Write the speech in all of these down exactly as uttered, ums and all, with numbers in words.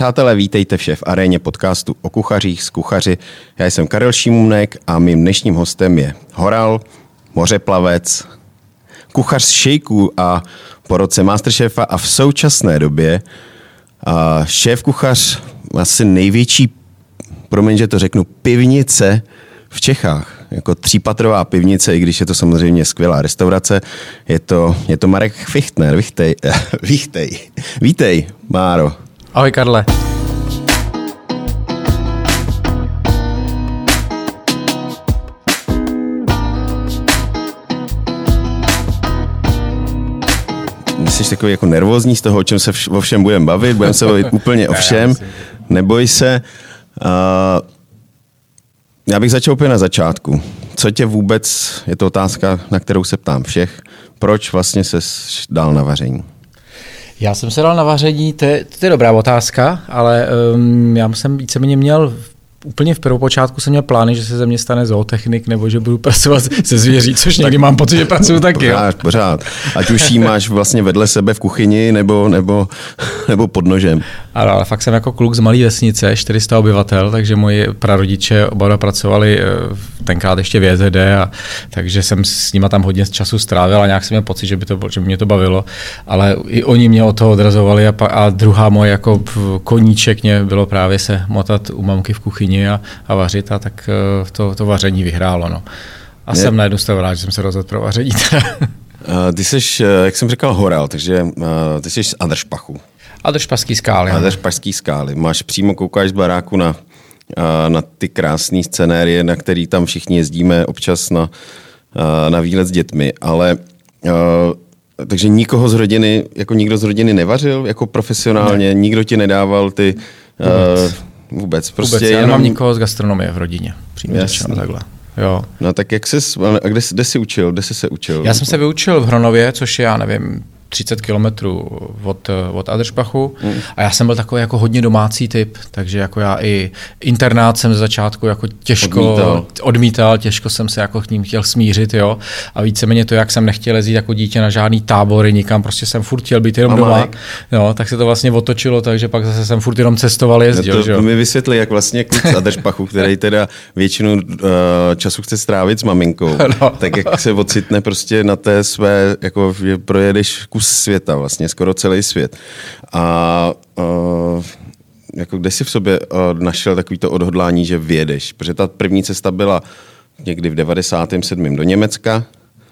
Přátelé, vítejte v Šéf Aréně podcastu o kuchařích s kuchaři. Já jsem Karel Šimůnek a mým dnešním hostem je Horal, mořeplavec, kuchař z šejků a po roce masterchefa a v současné době a šéf kuchař asi největší, promiň, že to řeknu, pivnice v Čechách. Jako třípatrová pivnice, i když je to samozřejmě skvělá restaurace. Je to, je to Marek Fichtner. Vítej, vítej, vítej, Máro. Ahoj, Karle. Jsi takový jako nervózní z toho, o čem se vš- o všem budeme bavit. Budeme se bavit úplně o všem. Neboj se. Uh, já bych začal úplně na začátku. Co tě vůbec, je to otázka, na kterou se ptám všech, proč vlastně ses dal na vaření? Já jsem se dal na vaření, to je, to je dobrá otázka, ale um, já jsem víceméně měl, úplně v prvopočátku jsem měl plány, že se ze mě stane zootechnik, nebo že budu pracovat se zvěří, což někdy mám pocit, že pracuju taky. Pořád, pořád. Ať už jí máš vlastně vedle sebe v kuchyni, nebo, nebo, nebo pod nožem. Ano, ale fakt jsem jako kluk z malé vesnice, čtyři sta obyvatel, takže moji prarodiče oba pracovali tenkrát ještě v J Z D, a takže jsem s nima tam hodně času strávil a nějak jsem měl pocit, že by, to, že by mě to bavilo, ale i oni mě od toho odrazovali a, a druhá moje jako koníček mě bylo právě se motat u mamky v kuchyni a, a vařit, a tak to, to vaření vyhrálo. No. A ne. Jsem najednou z toho rád, že jsem se rozhodl pro vaření. Uh, ty jsi, jak jsem říkal, Horal, takže uh, ty jsi z Adršpachu. Adršpašský skály. Adršpašský skály. Máš přímo, koukáš z baráku na, na ty krásné scenérie, na který tam všichni jezdíme občas na, na výlet s dětmi, ale takže nikoho z rodiny, jako nikdo z rodiny nevařil jako profesionálně, ne. Nikdo ti nedával ty vůbec, uh, vůbec prostě vůbec, já jenom... nemám nikoho z gastronomie v rodině, přímě řečeno takhle. Jo. No tak jak ses, a kde, kde jsi učil, kde jsi se učil? Já jsem se vyučil v Hronově, což je, já nevím, třicet kilometrů od, od Adršpachu, mm. a já jsem byl takový jako hodně domácí typ, takže jako já i internát jsem z začátku jako těžko odmítal, odmítal těžko jsem se jako k ním chtěl smířit, jo, a víceméně to, jak jsem nechtěl jezdit jako dítě na žádný tábory nikam, prostě jsem furt chtěl být jenom doma, jo, tak se to vlastně otočilo, takže pak zase jsem furt jenom cestoval, jezdil, no to, jo. To mi vysvětli, jak vlastně kluk z Adršpachu, který teda většinu uh, času chce strávit s maminkou, no. Tak jak se ocitne prostě na té své, jako že projedeš kus světa, vlastně skoro celý svět. A uh, jako kde jsi v sobě uh, našel takovýto odhodlání, že vyjedeš? Protože ta první cesta byla někdy v devadesátém sedmém do Německa.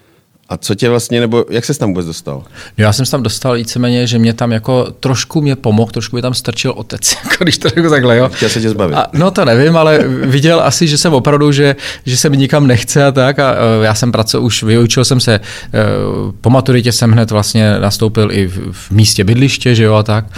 A co tě vlastně, nebo jak ses tam vůbec dostal? Já jsem se tam dostal víceméně, že mě tam jako trošku mě pomohl, trošku mě tam strčil otec, jako když to řeknu takhle, jo. Chtěl se tě zbavit. A, no to nevím, ale viděl asi, že jsem opravdu, že, že se mi nikam nechce a tak, a uh, já jsem pracoval, už vyučil jsem se, uh, po maturitě jsem hned vlastně nastoupil i v, v místě bydliště, že jo, a tak.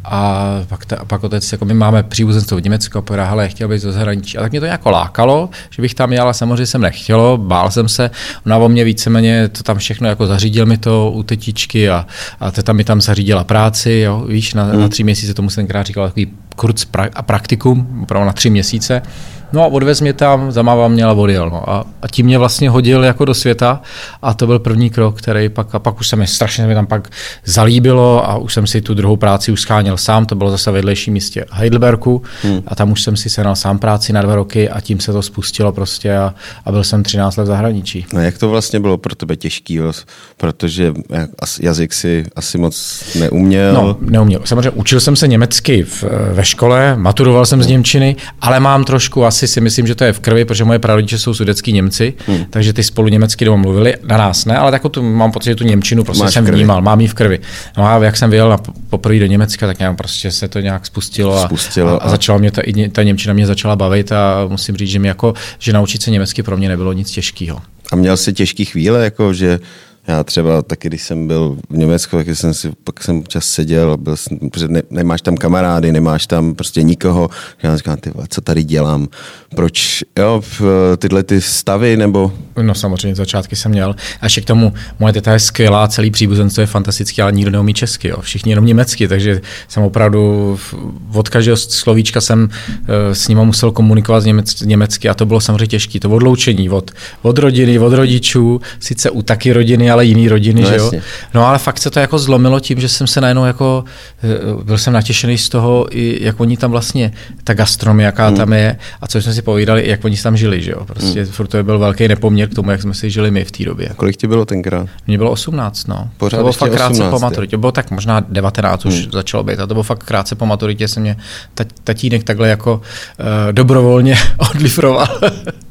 A pak, ta, pak otec, jako my máme příbuzenstvo v Německu, a povedal, hele, chtěl bych do zahraničí. A tak mě to nějak lákalo, že bych tam jel, ale samozřejmě jsem nechtělo, bál jsem se. Ona o mě víceméně to tam všechno jako zařídil mi to u tetičky, a, a teta mi tam zařídila práci, jo, víš, na, hmm. na tři měsíce, tomu jsem tenkrát říkal takový kurz pra, a praktikum, opravdu na tři měsíce. No a odvez mě tam, zamával mě a odjel. No. A, a tím mě vlastně hodil jako do světa, a to byl první krok, který pak, a pak už se mi strašně mi tam pak zalíbilo, a už jsem si tu druhou práci už scháněl sám, to bylo zase vedlejší místě Heidelbergu, hmm. a tam už jsem si sehnal sám práci na dva roky a tím se to spustilo prostě, a, a byl jsem třináct let v zahraničí. No jak to vlastně bylo pro tebe těžký, protože jazyk si asi moc neuměl? No, neuměl. Samozřejmě učil jsem se německy v, ve škole, maturoval jsem z němčiny, ale mám trošku asi si myslím, že to je v krvi, protože moje prarodiče jsou sudetský Němci, hmm. takže ty spolu německy doma mluvili, na nás ne, ale tak tu, mám pocit, že tu němčinu prostě Máš jsem vnímal, mám ji v krvi. No a jak jsem vyjel na poprvé do Německa, tak nějak prostě se to nějak spustilo, spustilo a, a, a začalo mě ta, ta němčina mě začala bavit, a musím říct, že mi jako, že naučit se německy pro mě nebylo nic těžkého. A měl jsi těžký chvíle, jako že já třeba taky, když jsem byl v Německu, tak jsem si, pak jsem čas seděl, byl jsem, protože ne, nemáš tam kamarády, nemáš tam prostě nikoho. Já říkám, ty, co tady dělám? Proč, jo, tyhle ty stavy, nebo? No samozřejmě, začátky jsem měl. A ještě k tomu, moje teta je skvělá, celý příbuzenstvo je fantastický, ale nikdo neumí česky, jo. Všichni jenom německy, takže jsem opravdu od každého slovíčka jsem s nima musel komunikovat německy, německy, a to bylo samozřejmě těžké. To odloučení od, od rodiny, od rodičů, sice u taky rodiny, ale ale jiný rodiny, no, že jo. Jasně. No ale fakt se to jako zlomilo tím, že jsem se najednou jako, byl jsem natěšený z toho, i jak oni tam vlastně, ta gastronomie, jaká hmm. tam je, a co jsme si povídali, jak oni tam žili, že jo. Prostě hmm. furt to byl velký nepoměr k tomu, jak jsme si žili my v té době. A kolik ti bylo tenkrát? Mně bylo osmnáct, no. Pořád to bylo fakt osmnáct, krátce po maturitě. Bylo tak možná devatenáct už hmm. začalo být. A to bylo fakt krátce po maturitě, se mě tatínek takhle jako uh, dobrovolně odlifroval.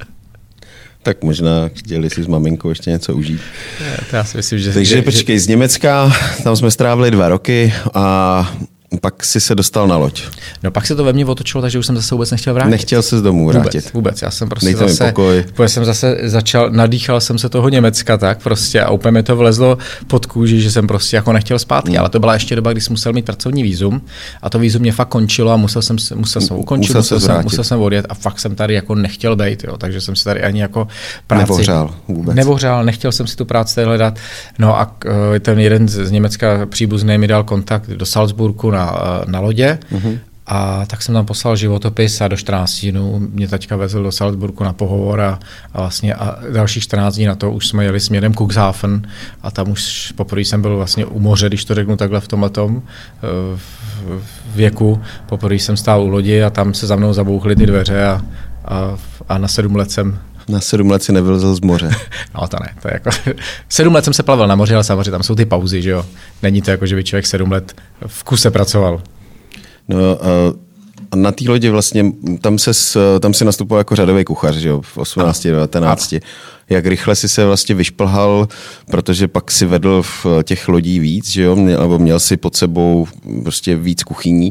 Tak možná chtěli si s maminkou ještě něco užít. Je, to já si myslím, že... Takže že, počkej, že... z Německa, tam jsme strávili dva roky a pak si se dostal na loď. No pak se to ve mně otočilo, takže už jsem zase vůbec nechtěl vrátit. Nechtěl se z domu vrátit. Vůbec, vůbec. Já jsem prostě Dejte zase, protože jsem zase začal, nadýchal jsem se toho Německa tak prostě a úplně mi to vlezlo pod kůži, že jsem prostě jako nechtěl zpátky, hmm. ale to byla ještě doba, kdy jsem musel mít pracovní vízum a to vízum mě fakt končilo a musel jsem, musel jsem ukončit, musel, musel, jsem, musel jsem odjet a fakt jsem tady jako nechtěl být, jo, takže jsem si tady ani jako práci... Nevohřál vůbec. Nevohřál, nechtěl jsem si tu práci hledat. No a ten jeden z Německa příbuzný mi dal kontakt do Salzburgu na, na lodě. Mm-hmm. A tak jsem tam poslal životopis a do čtrnáct dnů mě taťka vezl do Salzburgu na pohovor a, a vlastně a dalších čtrnáct dní na to už jsme jeli směrem Cuxhaven a tam už poprvé jsem byl vlastně u moře, když to řeknu takhle v tomhletom v věku. Poprvé jsem stál u lodi a tam se za mnou zabouchly ty dveře a, a, a na sedm let jsem Na sedm let si nevylezl z moře. No to ne, to je jako... sedm let jsem se plavil na moři, ale samozřejmě tam jsou ty pauzy, že jo. Není to jako, že by člověk sedm let v kuse pracoval. No a na té lodi vlastně, tam, ses, tam si nastupoval jako řadový kuchař, že jo, v osmnácti, devatenácti. Jak rychle si se vlastně vyšplhal, protože pak si vedl v těch lodí víc, že jo, nebo měl si pod sebou prostě víc kuchyní.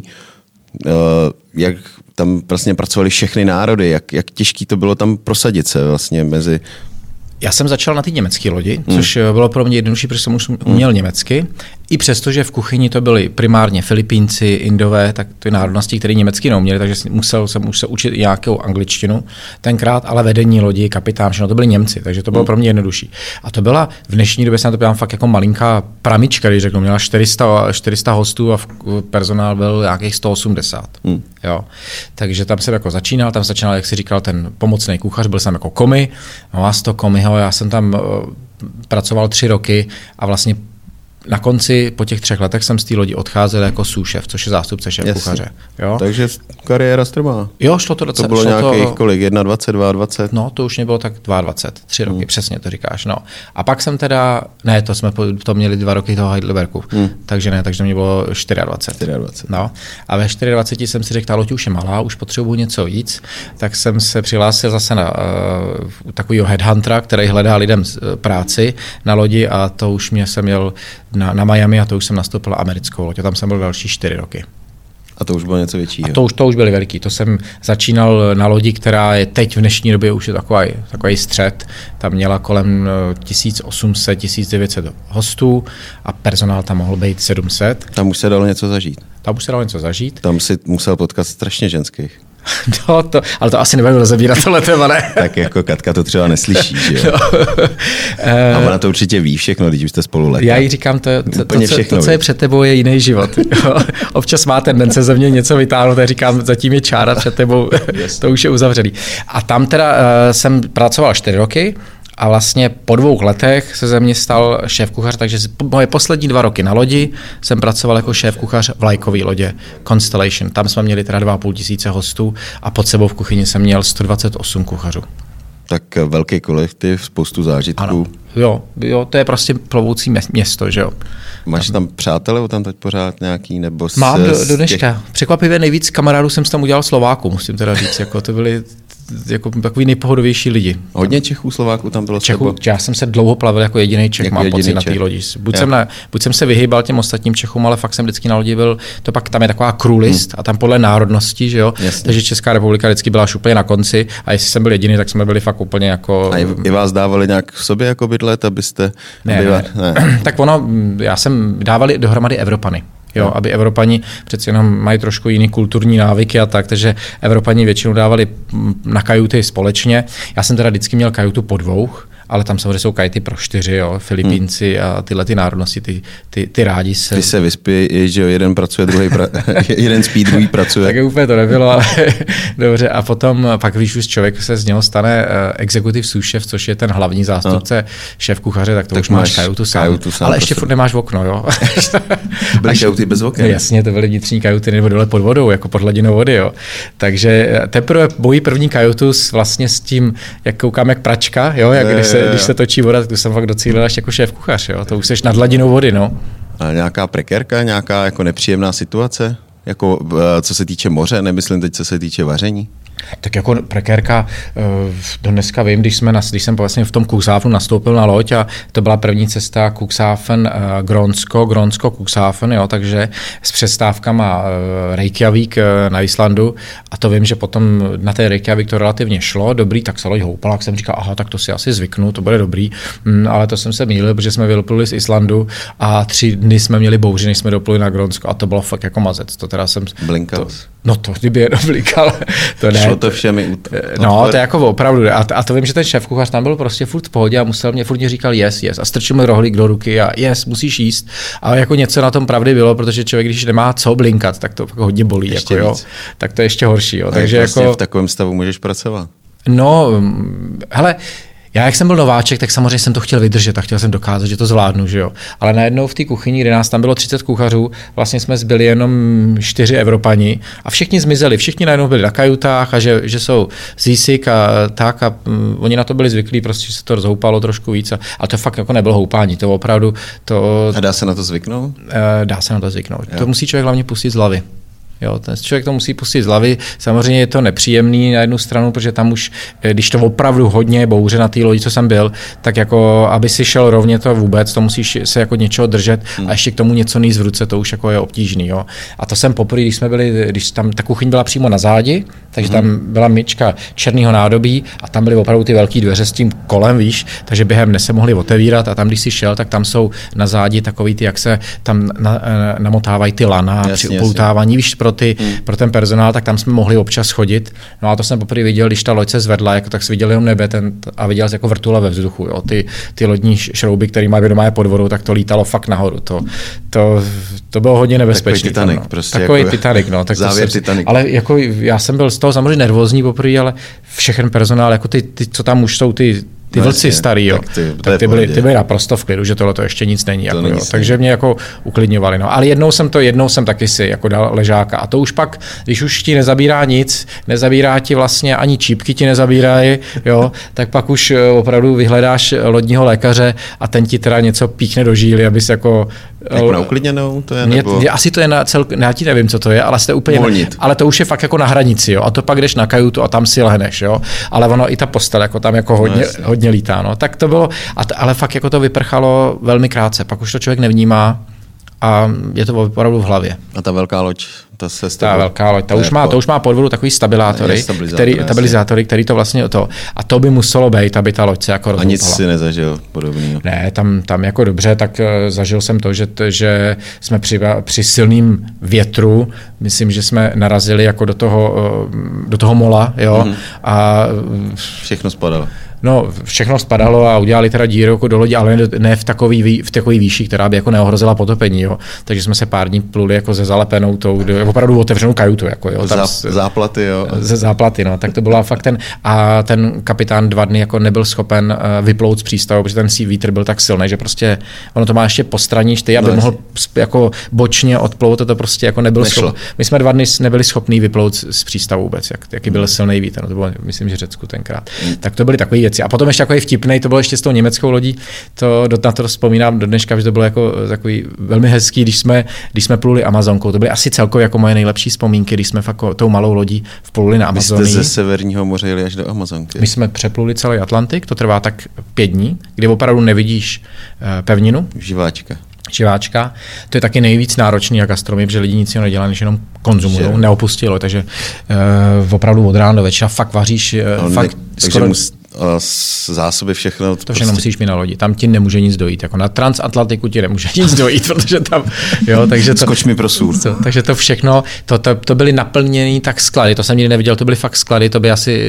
Jak tam vlastně pracovali všechny národy, jak, jak těžký to bylo tam prosadit se vlastně mezi... Já jsem začal na té německé lodi, hmm. což bylo pro mě jednodušší, protože jsem už uměl hmm. německy. I přesto, že v kuchyni to byli primárně Filipínci, Indové, tak ty národnosti, které německy neuměli, takže musel jsem už se učit i nějakou angličtinu tenkrát, ale vedení lodi, kapitán, všechno to byli Němci, takže to bylo hmm. pro mě jednodušší. A to byla v dnešní době, se na to pělám fakt jako malinká pramička, když řeknu, měla čtyři sta, čtyři sta hostů a personál byl nějakých sto osmdesát. Hmm. Jo. Takže tam jsem jako začínal, tam začínal, jak si říkal, ten pomocný kuchař, byl jsem jako komi, no a z toho komiho, já jsem tam uh, pracoval tři roky a vlastně na konci po těch třech letech jsem z té lodi odcházel jako sous-šef, což je zástupce šéf kuchaře. Jo? Takže kariéra strmá. Jo, šlo to docela. To bylo nějakých to, kolik, dvacet jedna, dvacet dva? No, to už mě bylo tak dvacet dva, tři roky, hmm. přesně to říkáš. No. A pak jsem teda, ne, to jsme to měli dva roky toho Heidelbergu, hmm. takže ne, takže mě bylo dvacet čtyři. dvacet. No. A ve dvacet čtyři jsem si řekl, ta loď už je malá, už potřebuji něco víc, tak jsem se přihlásil zase na uh, takovýho headhuntera, který hledá lidem práci na lodi a to už mě jsem měl Na, na Miami a to už jsem nastoupil na americkou loď a tam jsem byl další čtyři roky. A to už bylo něco většího. A to už, to už byly veliký. To jsem začínal na lodi, která je teď v dnešní době už je takový, takový střed. Tam měla kolem tisíc osm set, tisíc devět set hostů a personál tam mohl být sedm set. Tam už se dalo něco zažít. Tam už se dalo něco zažít. Tam si musel potkat strašně ženských. No, to, ale to asi nebudeme rozebírat tohle téma, ne? Tak jako Katka to třeba neslyší, že jo? No. A ona to určitě ví všechno, když už jste spolu leta. Já jí říkám, to, to, to, to, to, co je před tebou, je jiný život. Občas má tendence ze mě něco vytáhnout a říkám, zatím je čára před tebou, to už je uzavřený. A tam teda uh, jsem pracoval čtyři roky, a vlastně po dvou letech se ze mě stal šéfkuchař, takže moje poslední dva roky na lodi jsem pracoval jako šéfkuchař v lajkové lodě Constellation. Tam jsme měli teda dva a půl tisíce hostů a pod sebou v kuchyni jsem měl sto dvacet osm kuchařů. Tak velký kolektiv, spoustu zážitků. Ano. Jo, jo, to je prostě plovoucí město, že jo. Máš tam přátelé, tam teď pořád nějaký, nebo s, mám do, do dneška. Těch... Překvapivě nejvíc kamarádů jsem tam udělal Slováků, musím teda říct, jako to byli jako takový nejpohodovější lidi. Hodně Čechů, Slováků tam bylo? Čechů, já jsem se dlouho plavil jako jediný Čech, jako mám pocit na té lodi. Buď jsem, na, buď jsem se vyhýbal těm ostatním Čechům, ale fakt jsem vždycky na lodi byl, to pak tam je taková crew list hmm. a tam podle národnosti, že jo, jasně. Takže Česká republika vždycky byla úplně na konci a jestli jsem byl jediný, tak jsme byli fakt úplně jako... A i vás dávali nějak v sobě jako bydlet, abyste... Ne, aby... ne. ne. Tak ono, já jsem dávali dohromady Evropany. Jo, aby Evropani přeci jenom mají trošku jiný kulturní návyky a tak, takže Evropani většinou dávali na kajuty společně. Já jsem teda vždycky měl kajutu po dvou ale tam samozřejmě jsou kajty pro čtyři, jo, Filipínci hmm. a tyhle ty národnosti, ty, ty, ty rádi se... Ty se vyspí, že jo, jeden pracuje, druhý pra... jeden spí, druhý pracuje. Tak úplně to nebylo, ale dobře. A potom pak, když už člověk se z něho stane uh, executive sous chef, což je ten hlavní zástupce no. šéf kuchaře, tak to tak už máš kajutu sám. Kajutu sám ale ještě furt nemáš v okno, jo. Byly kajuty bez oken. Jasně, to byly vnitřní kajuty nebo dole pod vodou, jako pod hladinou vody, jo. Takže teprve bojí první kajutu s, vlastně s tím, jak koukám, jak pračka, jo, jak je, když, se, je, je. když se točí voda, tak to jsem fakt docílil až jako šéf kuchař, jo. To už seš nad hladinou vody, no. A nějaká prekérka, nějaká jako nepříjemná situace? Jako co se týče moře, nemyslím teď, co se týče vaření? Tak jako prekérka, do dneska vím, když, jsme, když jsem vlastně v tom Cuxhavenu nastoupil na loď a to byla první cesta Cuxhaven, Grónsko, Grónsko, Cuxhaven, jo, takže s přestávkama Reykjavik na Islandu a to vím, že potom na té Reykjavik to relativně šlo, dobrý, tak se loď houpala, jak jsem říkal, aha, tak to si asi zvyknu, to bude dobrý, mm, ale to jsem se mýlil, protože jsme vypluli z Islandu a tři dny jsme měli bouři, než jsme dopluli na Grónsko a to bylo fakt jako mazec, to teda jsem... Blinkal. To, no to, kdyby jenom blinkal, to ne. Šlo to všemi ut- No, to je jako opravdu. A, a to vím, že ten šéf kuchař tam byl prostě furt v pohodě a musel mě furt mě říkal yes, yes. A strčil mi rohlík do ruky a yes, musíš jíst. Ale jako něco na tom pravdy bylo, protože člověk, když nemá co blinkat, tak to jako hodně bolí. Jako, jo. Tak to je ještě horší. Jo. Takže vlastně jako... v takovém stavu můžeš pracovat. No, hele, já, jak jsem byl nováček, tak samozřejmě jsem to chtěl vydržet a chtěl jsem dokázat, že to zvládnu, že jo. Ale najednou v té kuchyni, kde nás tam bylo třicet kuchařů, vlastně jsme zbyli jenom čtyři Evropani a všichni zmizeli, všichni najednou byli na kajutách a že, že jsou zísik a tak a um, oni na to byli zvyklí, prostě se to rozhoupalo trošku víc. A, a to fakt jako nebylo houpání, to opravdu to... A dá se na to zvyknout? Uh, dá se na to zvyknout. Jo. To musí člověk hlavně pustit z hlavy. Jo, ten člověk to musí pustit z hlavy. Samozřejmě je to nepříjemný na jednu stranu, protože tam už, když to opravdu hodně bouře na té lodi, co jsem byl, tak jako, aby si šel rovně to vůbec, to musíš se jako něčeho držet a ještě k tomu něco níst v ruce, to už jako je obtížný. Jo. A to jsem poprvé, když jsme byli, když tam ta kuchyň byla přímo na zádi, takže tam byla myčka černého nádobí a tam byly opravdu ty velké dveře s tím kolem, víš, takže během dne se mohly otevírat a tam, když si šel, tak tam jsou na zádi takový ty, jak se tam na, namotávají ty lana při upoutávání, víš, pro, ty, hmm. pro ten personál, tak tam jsme mohli občas chodit. No a to jsem poprvé viděl, když ta loď se zvedla, jako, tak jsi viděl jenom nebe ten, a viděl jsi jako vrtule ve vzduchu. Jo. Ty, ty lodní šrouby, které mají vědomé pod vodou, tak to lítalo fakt nahoru. To, to, to bylo hodně nebezpečné. Takový Titanic. No. Prostě Takový jako Titanic. No. Tak závěr jsem, Titanic. Ale jako, já jsem byl z toho samozřejmě nervózní poprvé, ale všechen personál, jako ty, ty, co tam už jsou, ty Ty no vlci starý, jo. Tak ty, tak ty, byly, ty byly naprosto v klidu, že tohle to ještě nic není. Jako, není jo. Takže mě jako uklidňovali. No. Ale jednou jsem to, jednou jsem taky si jako dal ležáka. A to už pak, když už ti nezabírá nic, nezabírá ti vlastně ani čípky ti nezabírají, jo, tak pak už opravdu vyhledáš lodního lékaře a ten ti teda něco píchne do žíly, abys jako... Jako na uklidněnou to je? Mě, nebo... Asi to je na cel... Já ti nevím, co to je, ale jste úplně... Molnit. Ale to už je fakt jako na hranici, jo. A to pak jdeš na kajutu a tam si lehneš, jo. Ale ono i ta postel, jako tam jako hodně, no, hodně lítá, no. Tak to bylo, ale fakt jako to vyprchalo velmi krátce. Pak už to člověk nevnímá a je to opravdu v hlavě. A ta velká loď, ta se stavila. Ta velká loď, ta už má, to už má pod vodu takový stabilizátory, který, stabilizátory, který to vlastně to. A to by muselo být, aby ta loď se jako rozhoupala. A nic si nezažil podobného? Ne, tam, tam jako dobře, tak zažil jsem to, že, že jsme při, při silným větru, myslím, že jsme narazili jako do toho, do toho mola, jo. Mm-hmm. A všechno spadalo. No, všechno spadalo a udělali teda díru jako do lodi, ale ne v takový, v takový výši, která by jako neohrozila potopení, jo. Takže jsme se pár dní pluli jako ze zalepenou tou, opravdu otevřenou kajutu, jako jo. Tam Zá, záplaty, jo. Ze záplaty, no. Tak to byla fakt ten, a ten kapitán dva dny jako nebyl schopen vyplout z přístavu, protože ten vítr byl tak silný, že prostě ono to má ještě postraníš ty, aby no, mohl jako bočně odplout, to prostě jako nebyl schopný. My jsme dva dny nebyli schopní vyplout z přístavu vůbec, jak, jaký byl silný vítr, no, to bylo, myslím, že Řecku tenkrát. Hmm. Tak to byly takové věci. A potom ještě takový vtipnej, to bylo ještě s tou německou lodí, to na to vzpomínám do dneška, že to bylo jako takový velmi hezký, když jsme, když jsme pluli Amazonkou. To byly asi celkově jako moje nejlepší vzpomínky, když jsme fakt tou malou lodí vpluli na Amazonii. Vy jste ze Severního moře jeli až do Amazonky. My jsme přepluli celý Atlantik, to trvá tak pět dní, kdy opravdu nevidíš pevninu. Živáčka. Živáčka. To je taky nejvíc náročný na gastronomii, protože lidi nic jiného nedělají, než jenom konzumují, neopustilo, takže uh, opravdu od rána do večera fakt vaříš. Uh, fakt ne, takže mus, zásoby, všechno. To všechno prostě... musíš mít na lodi. Tam ti nemůže nic dojít. Jako na Transatlantiku ti nemůže nic dojít, protože tam, jo, takže to... Skoč mi pro sůl. To, takže to všechno, to, to, to byly naplněný tak sklady, to jsem nikdy neviděl, to byly fakt sklady, to by asi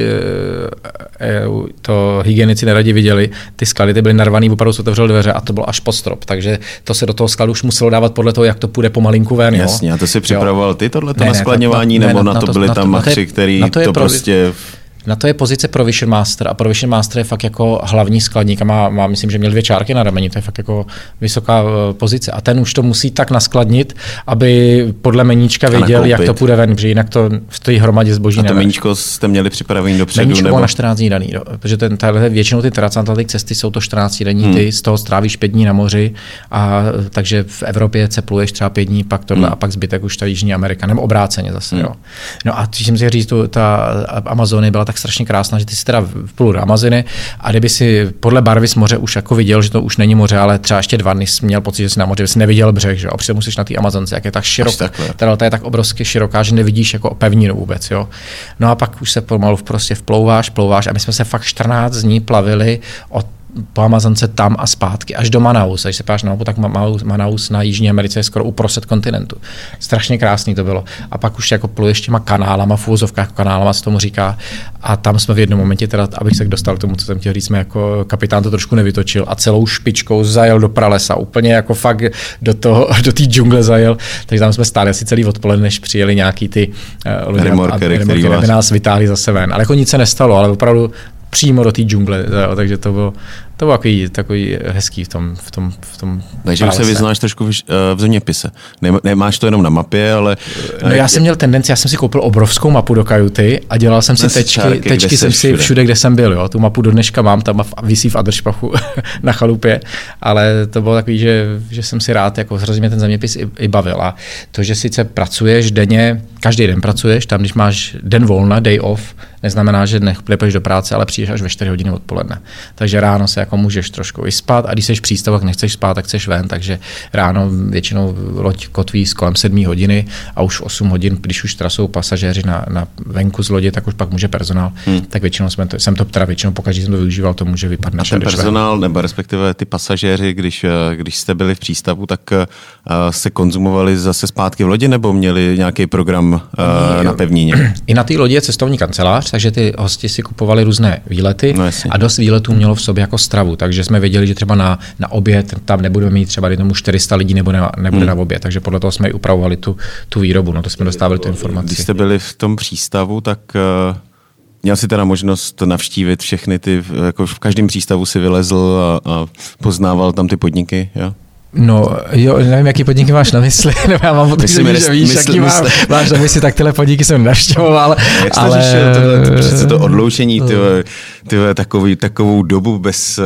to hygienici neradi viděli. Ty sklady ty byly narvaný, opravdu se otevřel dveře a to bylo až pod strop, takže to se do toho skladu už muselo dávat podle toho, jak to půjde pomalinku ven. Jasně, a to si připravoval ty tohleto na skladňování, nebo na to byli tam machři, který to prostě... Na to je pozice Provision Master a Provision Master je fakt jako hlavní skladník a má, má, myslím, že měl dvě čárky na rameni, to je fakt jako vysoká uh, pozice. A ten už to musí tak naskladnit, aby podle meníčka věděl, jak to půjde ven, protože jinak to v té hromadě zboží nevede. A to meníčko jste měli připravený dopředu? Meníčko nebo... bylo na čtrnáct dní daný, do, protože ten, tahle, většinou ty transatlantic cesty jsou to čtrnáct denní, hmm. ty z toho strávíš pět dní na moři, a takže v Evropě cepluješ třeba pět dní, pak tohle hmm. a pak zbytek už ta Jižní Amerika, nebo obráceně zase. Hmm. Jo. No a tím si říct, tu, ta Amazonie byla tak strašně krásná, že ty si teda vplul do Amazony a kdyby si podle barvy z moře už jako viděl, že to už není moře, ale třeba ještě dva dny jsi měl pocit, že jsi na moři, že jsi neviděl břeh, že? A přitom musíš na té Amazonce, jak je tak široká. Ta je tak obrovsky široká, že nevidíš jako pevninu vůbec. Jo? No a pak už se pomalu prostě vplouváš, plouváš a my jsme se fakt čtrnáct dní plavili od po Amazonce tam a zpátky, až do Manaus. Když se páš na mapu, tak Manaus na Jižní Americe je skoro uprostřed kontinentu. Strašně krásný to bylo. A pak už jako pluješ těma kanálama, v úvozovkách kanálama se tomu říká. A tam jsme v jednom momentě, teda, abych se dostal k tomu, co jsem chtěl říct, jsme jako kapitán to trošku nevytočil a celou špičkou zajel do pralesa. Úplně jako fakt do toho, do té džungle zajel. Takže tam jsme stáli asi celý odpoledne, než přijeli nějaký ty uh, lidé, aby nás vytáhli zase ven. Ale jako nic se nestalo, ale opravdu přímo do té džungle, takže to bylo, to bylo takový, takový hezký v tom, v tom, v tom Takže už se vyznáš trošku v, v zeměpise. Nemáš to jenom na mapě, ale... No já jsem měl tendenci, já jsem si koupil obrovskou mapu do kajuty a dělal jsem si tečky, čárky, tečky jsem si všude. všude, kde jsem byl. Jo. Tu mapu do dneška mám, tam visí v Adršpachu na chalupě, ale to bylo takový, že, že jsem si rád, jako hrozně mě ten zeměpis i, i bavil. A to, že sice pracuješ denně, každý den pracuješ, tam když máš den volna, day off, neznamená, že nepůjdeš do práce, ale přijdeš až ve čtyři hodiny odpoledne. Takže ráno se jako můžeš trošku i spát a když jsi v přístavu, nechceš spát, tak chceš ven, takže ráno většinou loď kotví kolem sedmé hodiny a už osm hodin, když už teda jsou pasažéři na, na venku z lodě, tak už pak může personál. Hmm. Tak většinou jsme to, jsem to teda většinou pokaždé jsem to využíval, to může vypadne. A ten personál, ven. Nebo respektive ty pasažéři, když, když jste byli v přístavu, tak uh, se konzumovali zase zpátky v lodě nebo měli nějaký program uh, na pevnině? I na té lodě je cestovní kancelář, takže ty hosti si kupovali různé výlety no, a dost výletů mělo v sobě jako stravu, takže jsme věděli, že třeba na, na oběd tam nebudeme mít třeba tomu čtyři sta lidí nebude, na, nebude hmm. na oběd, takže podle toho jsme i upravovali tu, tu výrobu, no to jsme dostávali tu informaci. Když jste byli v tom přístavu, tak uh, měl jsi teda možnost navštívit všechny ty, jako v každém přístavu si vylezl a, a poznával tam ty podniky, jo? No, jo, nevím, jaký podniky máš na mysli, nebo já mám pocit, že víš, mysl, jaký mysl, mám, máš na mysli, tak tyhle podniky jsem navštěvoval. Jak jsi ale... řešil to, to, přece to odloučení, tyhle, tyhle takový, takovou dobu bez...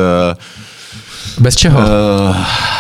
Uh, bez čeho? Uh,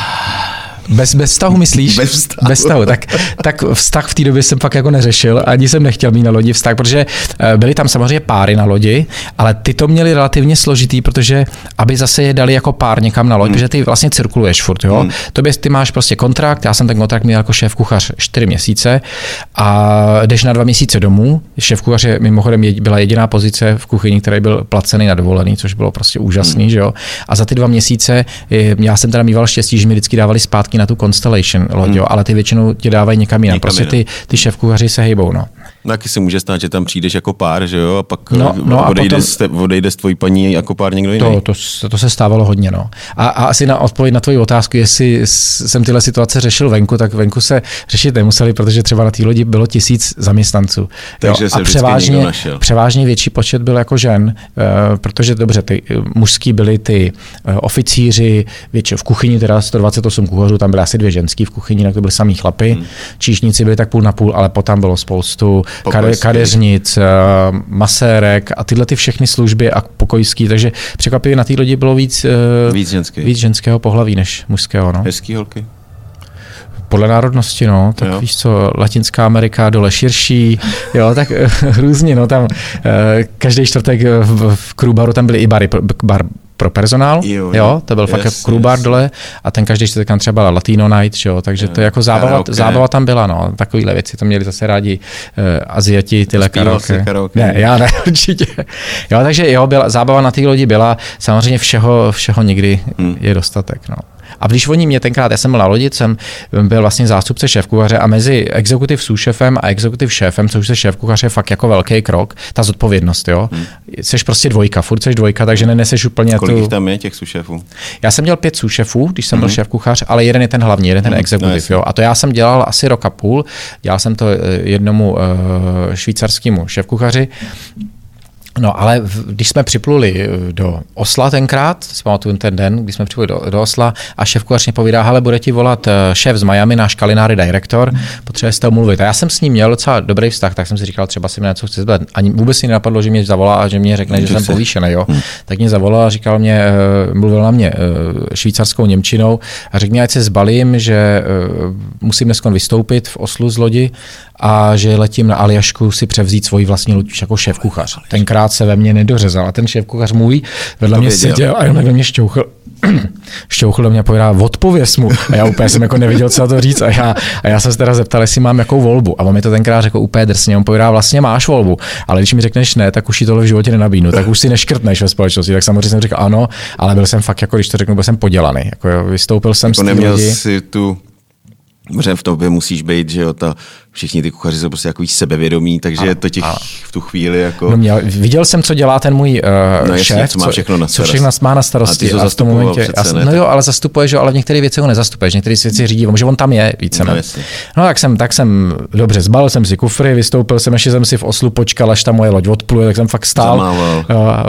Bez, bez vztahu myslíš? Bez vztahu. Bez vztahu. Tak, tak vztah v té době jsem fakt jako neřešil, ani jsem nechtěl mít na lodi vztah, protože byly tam samozřejmě páry na lodi, ale ty to měli relativně složitý, protože aby zase je dali jako pár někam na loď, hmm. protože ty vlastně cirkuluješ furt, jo. Hmm. Tobě ty máš prostě kontrakt, já jsem ten kontrakt měl jako šéf kuchař čtyři měsíce a jdeš na dva měsíce domů. Šéf kuchaře mimochodem byla jediná pozice v kuchyni, který byl placený na dovolený, což bylo prostě úžasný, hmm. že jo. A za ty dva měsíce já jsem teda mýval štěstí, že mi vždycky dávali zpátky na tu Constellation loď, hmm. ale ty většinou tě dávají někam jinam. Prostě ty, ty šéfkuchaři se hejbou, no. Taky se může stát, že tam přijdeš jako pár, že jo, a pak no, no odejde, a potom, s, odejde s tvojí paní jako pár někdo jiný. To, to, to se stávalo hodně, no. A, a asi na odpověď na tvoji otázku, jestli jsem tyhle situace řešil venku, tak venku se řešit nemuseli, protože třeba na té lodi bylo tisíc zaměstnanců. Takže jo, se a převážně, našel. převážně větší počet byl jako žen, uh, protože dobře, ty mužský byli ty uh, oficíři, většinou v kuchyni, teda sto dvacet osm kuchařů, tam byly asi dvě ženský v kuchyni, tak to byly samý chlapy. Hmm. Číšníci byli tak půl na půl, ale potom bylo spoustu kadeřnic, masérek a tyhle ty všechny služby a pokojský, takže překvapivě na té lodi bylo víc, víc, ženský. víc ženského pohlaví než mužského. No. Hezký holky? podle národnosti, no, tak jo. Víš co, Latinská Amerika, dole širší, jo, tak různě, no, tam každý čtvrtek v, v Krůbaru tam byly i bary, bar pro personál, jo, jo, to byl yes, fakt yes, Krůbar yes. dole a ten každý čtvrtek tam třeba Latino Night, jo, takže jo, to jako zábava, zábava tam byla, no, takovýhle věci, to měli zase rádi uh, Aziati, tyhle karaoke. Ne, já ne, určitě. Jo, takže jo, byla, zábava na té lodi byla, samozřejmě všeho, všeho nikdy hmm. je dostatek, no. A když oni mě tenkrát, já jsem byl na lodi, jsem byl vlastně zástupce šéfkuchaře a mezi exekutiv sous-šefem a exekutiv šéfem, což se šéfkuchař je fakt jako velký krok, ta zodpovědnost, jo. Hmm. Seš prostě dvojka, furt seš dvojka, takže neneseš úplně kolik tu... Kolik tam je těch sous-šefů? Já jsem měl pět sous-šefů, když jsem hmm. byl šéfkuchař, ale jeden je ten hlavní, jeden ten hmm. exekutiv, no, jo. A to já jsem dělal asi rok a půl, dělal jsem to jednomu uh, švýcarskému šéfkuchaři. No ale když jsme připluli do Osla tenkrát, si pamatuju ten den, když jsme připluli do, do Osla a šéfkuchař mě povídá, hele, bude ti volat šéf z Miami, náš culinary director, potřebuje s toho mluvit. A já jsem s ním měl docela dobrý vztah, tak jsem si říkal, třeba si mě něco chce zbavit. Ani vůbec si nenapadlo, že mě zavolá a že mě řekne, že jsem povýšený, jo. Hmm. Tak mě zavolal a říkal mě, mluvil na mě švýcarskou němčinou a řekl mi, ať se zbalím, že musím dneska vystoupit v Oslu z lodi a že letím na Aljašku si převzít svoji vlastní loď jako šéfkuchař. Tenkrát se ve mně nedořezal a ten šéfkuchař můj vedle mě seděl a on ve mě šťouchl. Šťouchl do mě a povídá, odpověz mu. A já úplně jsem jako nevěděl, co to říct. A já, a já jsem se teda zeptal, jestli mám jakou volbu. A on mi to tenkrát řekl úplně drsně. On povídá, vlastně máš volbu, ale když mi řekneš ne, tak už ti tohle v životě nenabídnu. Tak už si neškrtneš ve společnosti. Tak samozřejmě jsem řekl ano, ale byl jsem fakt, jako když to řeknu, byl jsem podělaný. Jako jo, vystoupil jsem jako z neměl si tu Protože v tobě musíš být, že jo, ta, všichni ty kuchaři jsou prostě takový sebevědomí, takže je to těch a. v tu chvíli jako... No měl, viděl jsem, co dělá ten můj uh, no, šéf, jasně, co má všechno na co všechno má na starosti. A ty to zastupoval přece, ne? No jo, ale zastupuješ, ale v některých věcech ho nezastupuješ, některé věci řídí, že on tam je více. No, no tak jsem, tak jsem dobře zbalil jsem si kufry, vystoupil jsem, ještě jsem si v Oslu počkal, až ta moje loď odpluje, tak jsem fakt stál. A, a,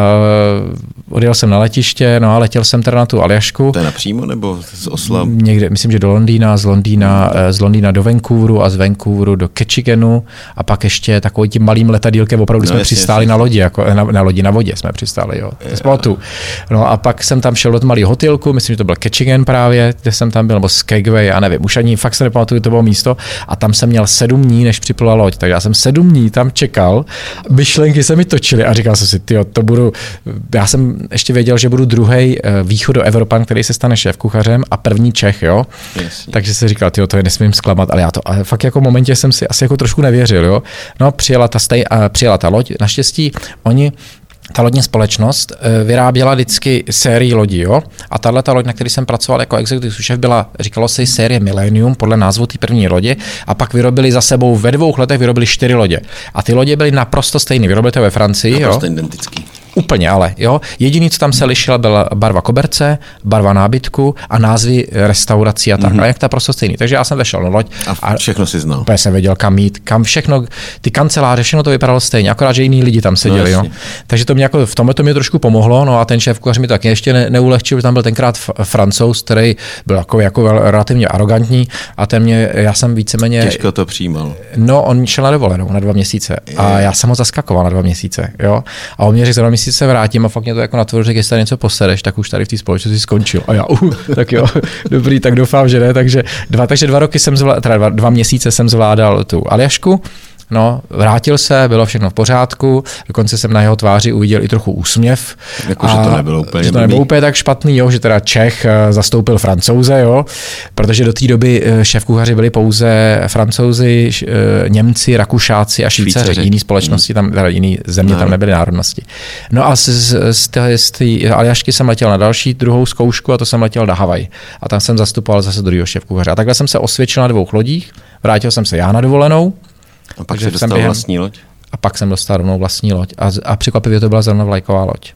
odjel jsem na letiště, no a letěl jsem teda na tu Aljašku. To je napřímo nebo z Osla? Někde, myslím, že do Londýna, z Londýna, z Londýna do Vancouveru a z Vancouveru do Ketchiganu a pak ještě takový tím malým letadílkem, opravdu no, jsme jasně, přistáli jasně. na lodi, jako na, na lodi na vodě jsme přistáli, jo. Yeah. No a pak jsem tam šel do malého hotelku, myslím, že to byl Ketchigan právě, kde jsem tam byl, nebo Skagway, já nevím, už ani fakt se nepamatuju, to bylo místo a tam jsem měl sedm dní, než připlula loď, tak já jsem sedm dní tam čekal, myšlenky se mi točily a říkal jsem si, tyjo, to budu, já jsem ještě věděl, že budu druhej východoevropan, který se stane šéfkuchařem a první Čech, jo. Jasně. Takže se říkal, tyjo, to je nesmím zklamat, ale já to ale fakt jako v momentě jsem si asi jako trošku nevěřil, jo. No, přijela ta, stej, přijela ta loď, naštěstí oni ta lodní společnost vyráběla vždycky sérii lodí, jo? A tahle ta loď, na který jsem pracoval jako executive šéf, byla, říkalo se série Millennium podle názvu té první lodě a pak vyrobili za sebou ve dvou letech vyrobili čtyři lodě. A ty lodě byly naprosto stejné, vyrobili to ve Francii, naprosto jo? Identický. Úplně ale, jo. Jediný, co tam se lišilo, byla barva koberce, barva nábytku a názvy restaurací a tak. Mm-hmm. A jak ta prostě stejný. Takže já jsem vešel na loď. A všechno si znal. Úplně jsem věděl, kam jít, kam všechno, ty kanceláře, všechno to vypadalo stejně, akorát, že jiní lidi tam seděli, no, jo. Takže to mě jako, v tomhle to mě trošku pomohlo, no a ten šéf kuchař mi taky ještě ne, neulehčil, že tam byl tenkrát Francouz, který byl jako, jako relativně arrogantní a ten mě, já jsem víceméně... Těžko to přijímal. No, on šel na dovolenou na dva měsíce a já jsem ho zaskakoval na dva měsíce, jo. A on mě řekl, že se vrátím a fakt mě to jako natvořil, že když tady něco posereš, tak už tady v té společnosti skončil. A já, uh, tak jo, dobrý, tak doufám, že ne. Takže dva, takže dva roky jsem zvládal, teda dva, dva měsíce jsem zvládal tu Aljašku. No, vrátil se, bylo všechno v pořádku, dokonce jsem na jeho tváři uviděl i trochu úsměv. Jako, že to nebylo úplně, že to nebylo úplně tak špatný, jo, že teda Čech zastoupil Francouze, jo, protože do té doby šéfkuchaři byli pouze Francouzi, Němci, Rakušáci a Švýcaři, jiný společnosti, tam, teda jiný země, tam nebyly národnosti. No a z, z, z té Aljašky jsem letěl na další druhou zkoušku a to jsem letěl na Havaj. A tam jsem zastupoval zase druhého šéfkuchaře. A takhle jsem se osvědčil na dvou lodích, vrátil jsem se já na dovolenou. A pak jsi dostal během, vlastní loď? A pak jsem dostal rovnou vlastní loď. A, a překvapivě to byla zrovna vlajková loď.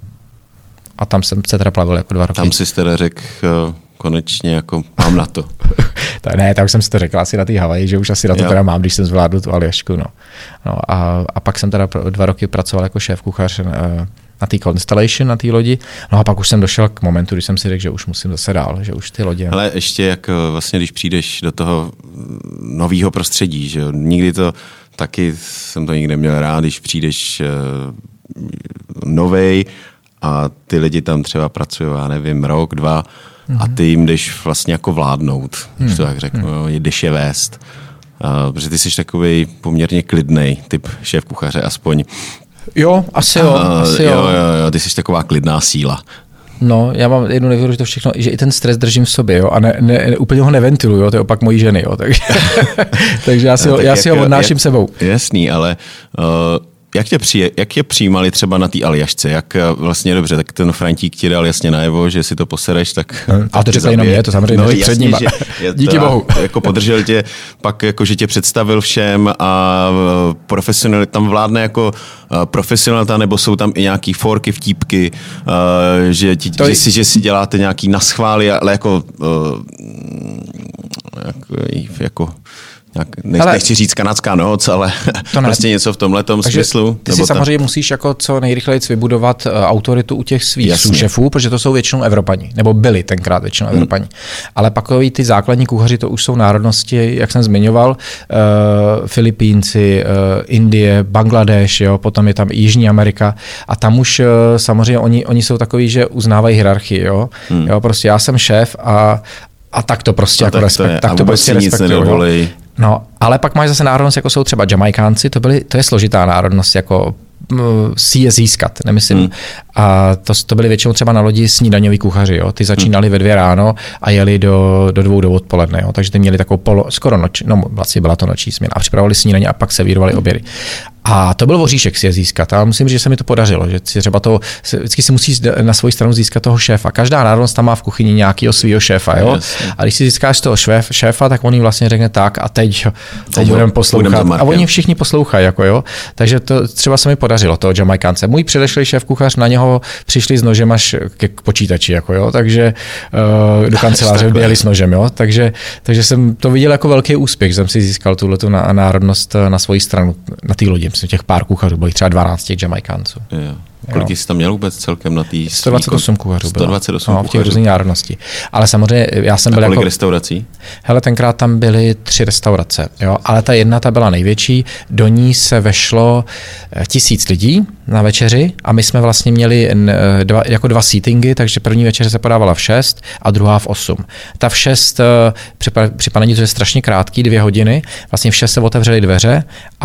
A tam jsem se teda plavil jako dva roky. Tam jsi teda řekl uh, konečně jako mám na to. tak ne, tak jsem si to řekl asi na té Havaji, že už asi na to jo. teda mám, když jsem zvládl tu Aljašku. No. No a, a pak jsem teda dva roky pracoval jako šéf kuchař uh, na té Constellation, na té lodi. No a pak už jsem došel k momentu, kdy jsem si řekl, že už musím zase dál, že už ty lodě. Ale ještě jak vlastně, když přijdeš do toho nového prostředí, že jo, nikdy to, taky jsem to nikdy neměl rád, když přijdeš uh, novej a ty lidi tam třeba pracují, já nevím, rok, dva mm-hmm. a ty jim jdeš vlastně jako vládnout, mm-hmm. když to tak řeknu, mm-hmm. jdeš je vést. Uh, protože ty jsi takový poměrně klidnej typ šéf kuchaře aspoň. Jo, asi jo, uh, asi jo. jo, jo, jo. Ty jsi taková klidná síla. No, já mám jednu nevýhodu, že to všechno, že i ten stres držím v sobě, jo, a ne, ne, úplně ho neventiluju, jo, to je opak mojí ženy, jo, takže, takže já si, ho, já si ho odnáším jak, sebou. Jasný, ale uh, jak tě, přije, jak tě přijímali třeba na té Aljašce, jak vlastně dobře, tak ten Frantík ti dal jasně najevo, že si to posereš, tak... Hmm, a to řekl jenom mě, to samozřejmě no, před ním. Díky bohu. Jako podržel tě, pak jako, že tě představil všem a profesionál, tam vládne jako profesionalita, nebo jsou tam i nějaký forky, vtípky, že, ti, že, si, že si děláte nějaký naschvály, ale jako... jako, jako Nech, ale, nechci říct kanadská noc, ale to prostě něco v tomhletom smyslu. Ty si ta... samozřejmě musíš jako co nejrychleji vybudovat uh, autoritu u těch svých šéfů, protože to jsou většinou Evropani, nebo byli tenkrát většinou hmm. Evropani. Ale pakoví ty základní kuchaři, to už jsou národnosti, jak jsem zmiňoval, uh, Filipínci, uh, Indie, Bangladeš, jo, potom je tam Jižní Amerika a tam už uh, samozřejmě oni, oni jsou takový, že uznávají hierarchii, jo. Hmm. Jo, prostě já jsem šéf a, a tak to prostě no, jako tak respekt, to tak to prostě respektuju. No, ale pak máš zase národnost, jako jsou třeba Jamaikánci, to, byly, to je složitá národnost, jako si je získat, nemyslím. Hmm. A to, to byly většinou třeba na lodi snídaňoví kuchaři, jo. Ty začínali hmm. ve dvě ráno a jeli do, do dvou do odpoledne, jo. Takže ty měli takovou polo, skoro noč, no vlastně byla to noční směna a připravovali snídaně a pak se vírovali hmm. obědy. A to byl voříšek si je získat. A musím říct, že se mi to podařilo, že si třeba to, vždycky si musíš na svoji stranu získat toho šéfa. Každá národnost tam má v kuchyni nějakého svého šéfa, jo. Yes. A když si získáš toho šéf, šéfa, tak on jim vlastně řekne tak a teď to budeme poslouchat. A oni všichni poslouchají, jako jo. Takže to třeba se mi podařilo, toho Jamaikánce. Můj předešlý šéf kuchař, na něho přišli s nožem až k počítači, jako jo. Takže uh, do kanceláře běhali s nožem, jo. Takže, takže jsem to viděl jako velký úspěch, že jsem si získal tuhletu národnost na svoji stranu, na té lodi. Těch pár kuchařů, bylo třeba dvanáct těch Jamajkánců. Jo. Kolik jsi tam měl vůbec celkem na té... sto dvacet osm kuchařů bylo. sto dvacet osm no, v těch různých národností. Ale samozřejmě já jsem a byl kolik jako... restaurací? Hele, tenkrát tam byly tři restaurace, jo, ale ta jedna, ta byla největší, do ní se vešlo tisíc lidí na večeři a my jsme vlastně měli dva, jako dva seatingy, takže první večeře se podávala v šest a druhá v osm. Ta v šest, připadá to je strašně krátký, dvě hodiny, vlastně v šest se otevřely dveře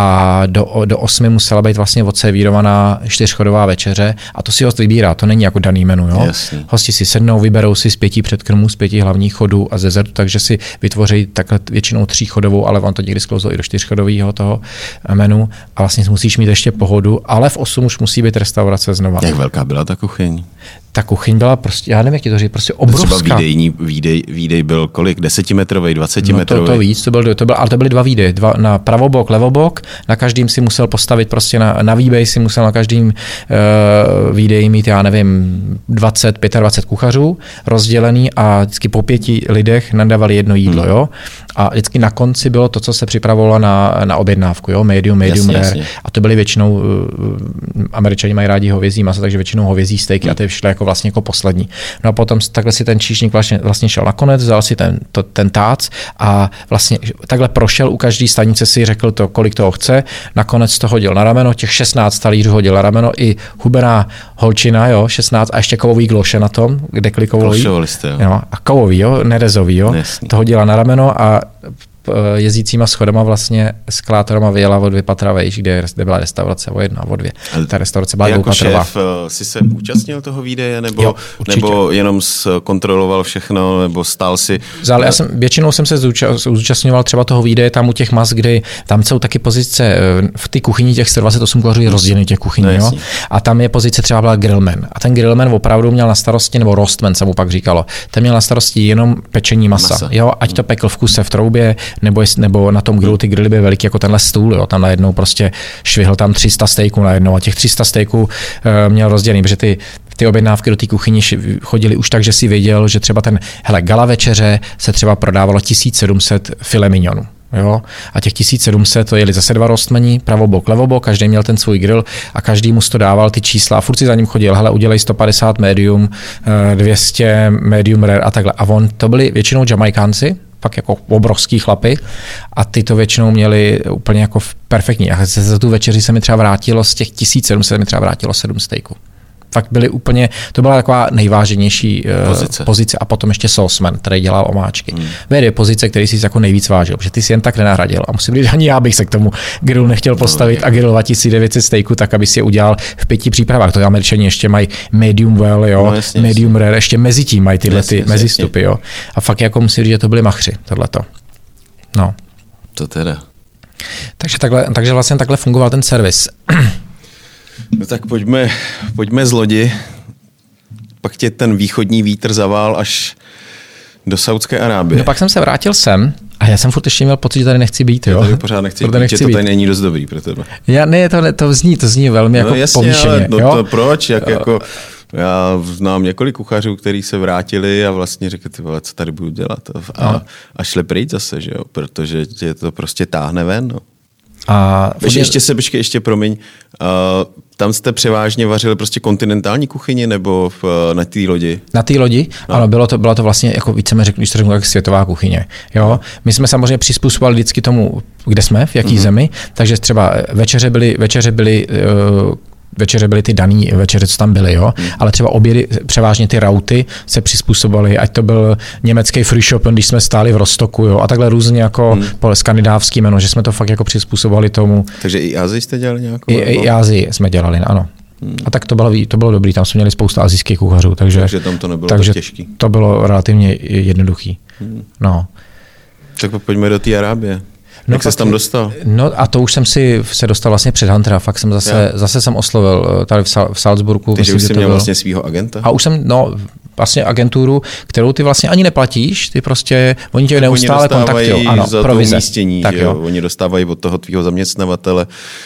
a do, do osmi musela být vlastně odservírovaná čtyřchodová večeře a to si host vybírá, to není jako daný menu. Jo? Hosti si sednou, vyberou si z pěti předkrmů, z pěti hlavních chodů a ze zertu, takže si vytvoří takhle většinou tříchodovou, ale on to někdy sklouzlo i do čtyřchodového toho menu a vlastně musíš mít ještě pohodu, ale v osm už musí být restaurace znova. Jak velká byla ta kuchyň? Ta kuchyň byla prostě, já nevím, jak ti to říct, prostě obrovská. Třeba výdejní, výdej, výdej byl kolik? Desetimetrový, dvacetimetrový? No to, to víc, to byl, to byl, ale to byly dva výdeje, dva, na pravobok, levobok, na každým si musel postavit prostě na, na výbej si musel na každým uh, výdeji mít, já nevím, dvacet, dvacet pět kuchařů rozdělený a vždycky po pěti lidech nadávali jedno jídlo, hmm. jo. A vždycky na konci bylo to, co se připravovalo na, na objednávku, jo, medium, medium jasně, rare. Jasně. A to byly většinou, uh, Američani mají rádi hovězí maso, takže většinou hovězí stejky hmm. a ty šly jako vlastně jako poslední. No a potom takhle si ten číšník vlastně, vlastně šel nakonec, vzal si ten, to, ten tác a vlastně takhle prošel u každé stanice, si řekl to, kolik toho chce, nakonec to hodil na rameno, těch šestnáct talířů hodil na rameno, i hubená holčina, jo, šestnáct a ještě kovový gloše na tom, kde klikovový. Jste, jo. Jo, a kovový, jo, nerezový, jo, Nesný. To hodila na rameno a jezdícíma schodama vlastně esklátorama vyjela o dvě patra vejš, kde, kde byla restaurace o jedna, o dvě. Ta restaurace byla dvoupatrová. Jako šéf si se účastnil toho výdeje, nebo, jo, nebo jenom kontroloval všechno, nebo stál si? Zále, já jsem, většinou jsem se zúčastňoval třeba toho výdeje tam u těch mas, kdy tam jsou taky pozice v té kuchyni těch sto dvacet osm kuchařů je rozdělený těch kuchyní, no, jo? A tam je pozice třeba byla grillman. A ten grillman opravdu měl na starosti, nebo roastman se mu pak říkalo, ten měl na starosti jenom pečení masa, masa. Jo? Ať to pekl v kuse v troubě, Nebo, nebo na tom grilu ty grily byly veliký jako tenhle stůl, jo. Tam najednou prostě švihl tam tři sta stejků najednou a těch tři sta stejků e, měl rozdělený, protože ty, ty objednávky do té kuchyni chodily už tak, že si věděl, že třeba ten, hele, gala večeře se třeba prodávalo tisíc sedm set filet mignonů. Jo? A těch tisíc sedm set to jeli zase dva rostmani, pravobok, levobok, každý měl ten svůj grill a každý mu to dával ty čísla a furt si za ním chodil, hele, udělej sto padesát medium, dvě stě medium rare a takhle. A on, to byli většinou Jamaikánci, pak jako obrovský chlapy a ty to většinou měli úplně jako perfektní. A za tu večeři se mi třeba vrátilo z těch tisíc sedm set mi třeba vrátilo sedm stejků. Fakt byly úplně, to byla taková nejváženější pozice. pozice a potom ještě sauceman, který dělal omáčky. Hmm. Byly dvě pozice, který si jako nejvíc vážil, protože ty si jen tak nenahradil a musím říct, ani já bych se k tomu grilu nechtěl postavit no, a grilovat tisíc devět set steaků tak, aby si je udělal v pěti přípravách. To Američani ještě mají medium well, jo, no, jasně, medium jasně. rare, ještě mezi tím mají tyhle jasně, ty mezistupy, jo. A fakt jako musím říct, že to byly machři, tohleto. No. To teda. Takže, takhle, takže vlastně takhle fungoval ten servis. No tak pojďme, pojďme z lodi. Pak tě ten východní vítr zavál až do Saúdské Arábie. No pak jsem se vrátil sem a já jsem furt ještě měl pocit, že tady nechci být. Jo? Já tady pořád nechci být, nechci že to tady není dost dobrý pro tebe. Já, ne, to, to, zní, to zní velmi no jako jasně, povýšeně. Ale no jo? to proč? Jak, jako, já znám několik kuchařů, kteří se vrátili a vlastně řekli, ty vole, co tady budu dělat? A, no. a šli pryč zase, že jo? Protože tě to prostě táhne ven. No. A ještě, ještě se, počkej, ještě promiň, uh, tam jste převážně vařili prostě kontinentální kuchyni nebo v, na té lodi? Na té lodi, no. Ano, bylo to, bylo to vlastně, jako více mi řekl, když to řeknu, jak světová kuchyně. Jo? My jsme samozřejmě přizpůsobovali vždycky tomu, kde jsme, v jaký mm-hmm. zemi, takže třeba večeře byly, večeře byly uh, večeře byly ty daný večeře, co tam byly, jo. Hmm. Ale třeba obědy, převážně ty rauty se přizpůsobovaly, ať to byl německý Frühschoppen, když jsme stáli v Rostoku, jo. A takhle různě jako hmm. skandinávský jméno, že jsme to fakt jako přizpůsobovali tomu. Takže i Asii jste dělali nějakou? I, i Asii jsme dělali, ano. Hmm. A tak to bylo, to bylo dobrý, tam jsme měli spoustu asijských kuchařů, takže, takže tam to nebylo takže tak těžký. To bylo relativně jednoduchý. Hmm. No. Tak pojďme do té Arábie. No, jak jsi tam dostal? No a to už jsem si se dostal vlastně před Huntera, fakt jsem zase, zase jsem oslovil tady v, Sal- v Salzburgu. Takže už jsi měl byl. vlastně svýho agenta? A už jsem, no vlastně agenturu, kterou ty vlastně ani neplatíš, ty prostě, oni tě neustále kontaktují. Ano, za provize. To umístění, tak že jo. Oni dostávají od toho tvýho zaměstnavatele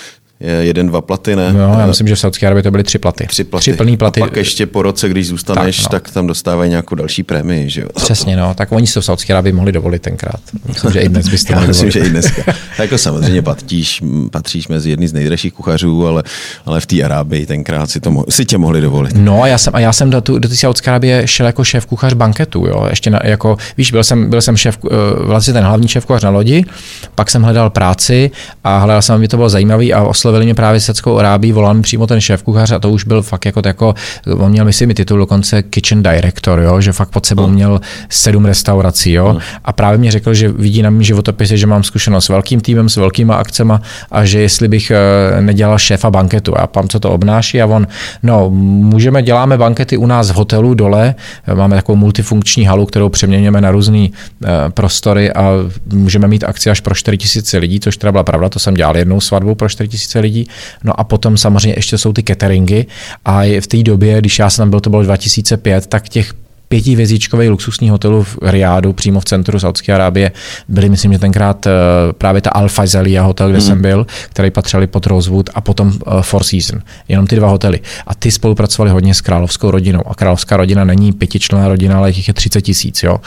jeden, dva platy, ne? No, já myslím, že v Saúdské Arábii to byly tři platy. Tři platy. Tři plný platy. A pak ještě po roce, když zůstaneš, tak, no. tak tam dostávají nějakou další prémii, že jo? Přesně, no. Tak oni se v Saúdské Arábii mohli dovolit tenkrát. Myslím, že i dnes byste mohli myslím, že i dneska. Jako samozřejmě patříš, patříš mezi jedny z nejdražších kuchařů, ale, ale v té Arábii tenkrát si, to mo- si tě mohli dovolit. No a já jsem, a já jsem do, tu, do té Saúdské Arábie šel jako šéf kuchař banketu, jo. Ještě na, jako, víš, byl jsem, byl jsem šéf, vlastně ten hlavní šéf kuchař na lodi, pak jsem hledal práci a hledal jsem, aby to bylo zajímavý a oslovili mě právě Saúdskou Arábii, volal mi přímo ten šéf kuchař a to už byl fakt jako, jako on měl myslím titul dokonce kitchen director, jo, že fakt pod sebou měl sedm restaurací, jo, a právě mě řekl, že vidí na mým životopise, že mám zkušenost s velkým týmem, s velkýma akcema a že jestli bych nedělal šéfa banketu a pam, co to obnáší a on, no, můžeme, děláme bankety u nás v hotelu dole, máme takovou multifunkční halu, kterou přeměňujeme na různý uh, prostory a můžeme mít akci až pro čtyři tisíce lidí, což teda byla pravda, to jsem dělal jednou svatbu pro čtyři tisíce lidí. No a potom samozřejmě ještě jsou ty cateringy a v té době, když já jsem tam byl, to bylo dva tisíce pět, tak těch pětivězíčkových luxusních hotelů v Riádu, přímo v centru Saúdské Arábie, byly, myslím, že tenkrát právě ta Al Faisalia hotel, kde mm. jsem byl, který patřili pod Rosewood a potom Four Seasons. Jenom ty dva hotely. A ty spolupracovali hodně s královskou rodinou. A královská rodina není pětičlenná rodina, ale jich je třicet tisíc, jo.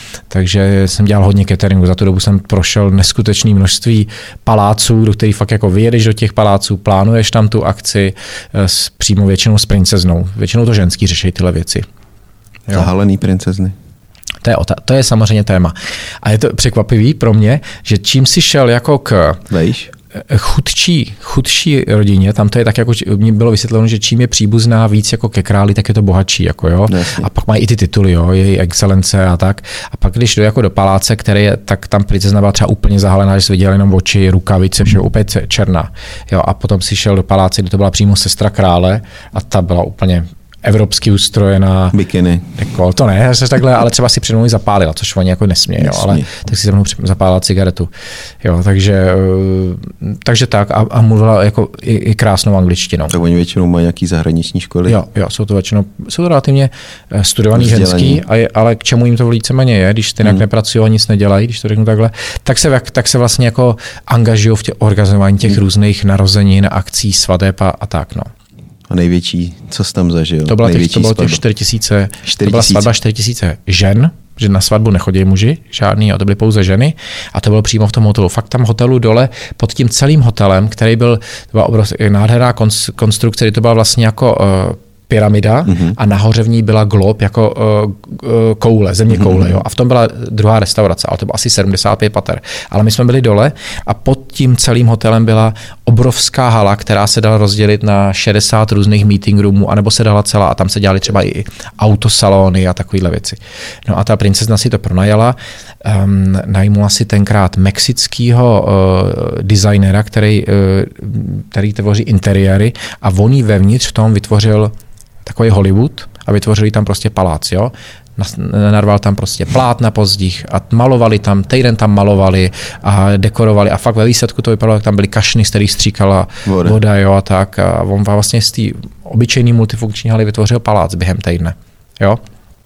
Takže jsem dělal hodně cateringu. Za tu dobu jsem prošel neskutečné množství paláců, do kterých fakt jako vyjedeš do těch paláců, plánuješ tam tu akci s, přímo většinou s princeznou. Většinou to ženský řeší tyhle věci. Zahalený princezny. To je, to je samozřejmě téma. A je to překvapivý pro mě, že čím si šel jako k Vejš? chudší, chudší rodině, tam to je tak jako, mě bylo vysvětleno, že čím je příbuzná víc jako ke králi, tak je to bohatší, jako jo. Jasně. A pak mají i ty tituly, jo, její excelence a tak. A pak když jdu jako do paláce, který je, tak tam princezna byla třeba úplně zahalená, že se viděla jenom oči, rukavice, vše úplně černá. Jo, a potom si šel do paláce, kde to byla přímo sestra krále a ta byla úplně evropsky ustrojená. Bikiny. Jako, to ne, takhle, ale třeba si před mnou zapálila, což oni jako nesmějí, jo, ale tak si se mnou zapálila cigaretu. Jo, takže, takže tak a, a mluvila jako i, i krásnou angličtinou. Tak oni většinou mají nějaký zahraniční školy. Jo, jo, jsou to většinou, jsou to relativně studovaný ženský, a, ale k čemu jim to víceméně je, když stejně hmm. nepracují a nic nedělají, když to řeknu takhle, tak se, tak se vlastně jako angažují v těch organizování těch hmm. různých narozenin, akcí, svadeb a, a tak, no. A největší, co jsi tam zažil? To bylo těch, to bylo těch čtyři tisíce, to byla svatba čtyři tisíce žen, že na svatbu nechodí muži, žádný, a to byly pouze ženy a to bylo přímo v tom hotelu. Fakt tam hotelu dole pod tím celým hotelem, který byl, to byla obrovská nádherná konstrukce, kdy to byla vlastně jako uh, pyramida mm-hmm. a nahoře v ní byla glob jako uh, koule, země koule. Mm-hmm. Jo? A v tom byla druhá restaurace, ale to bylo asi sedmdesát pět pater. Ale my jsme byli dole a pod tím celým hotelem byla obrovská hala, která se dala rozdělit na šedesát různých meeting roomů, anebo se dala celá a tam se dělaly třeba i autosalony a takovéhle věci. No a ta princezna si to pronajala, um, najmula si tenkrát mexického uh, designera, který, uh, který tvoří interiéry a on jí vevnitř v tom vytvořil takový Hollywood a vytvořili tam prostě palác, jo. Narval tam prostě plátna po zdích a malovali tam, týden tam malovali a dekorovali a fakt ve výsledku to vypadalo, jak tam byly kašny, z kterých stříkala voda, voda jo, a tak. A on vlastně z té obyčejné multifunkční haly vytvořil palác během týdne, jo.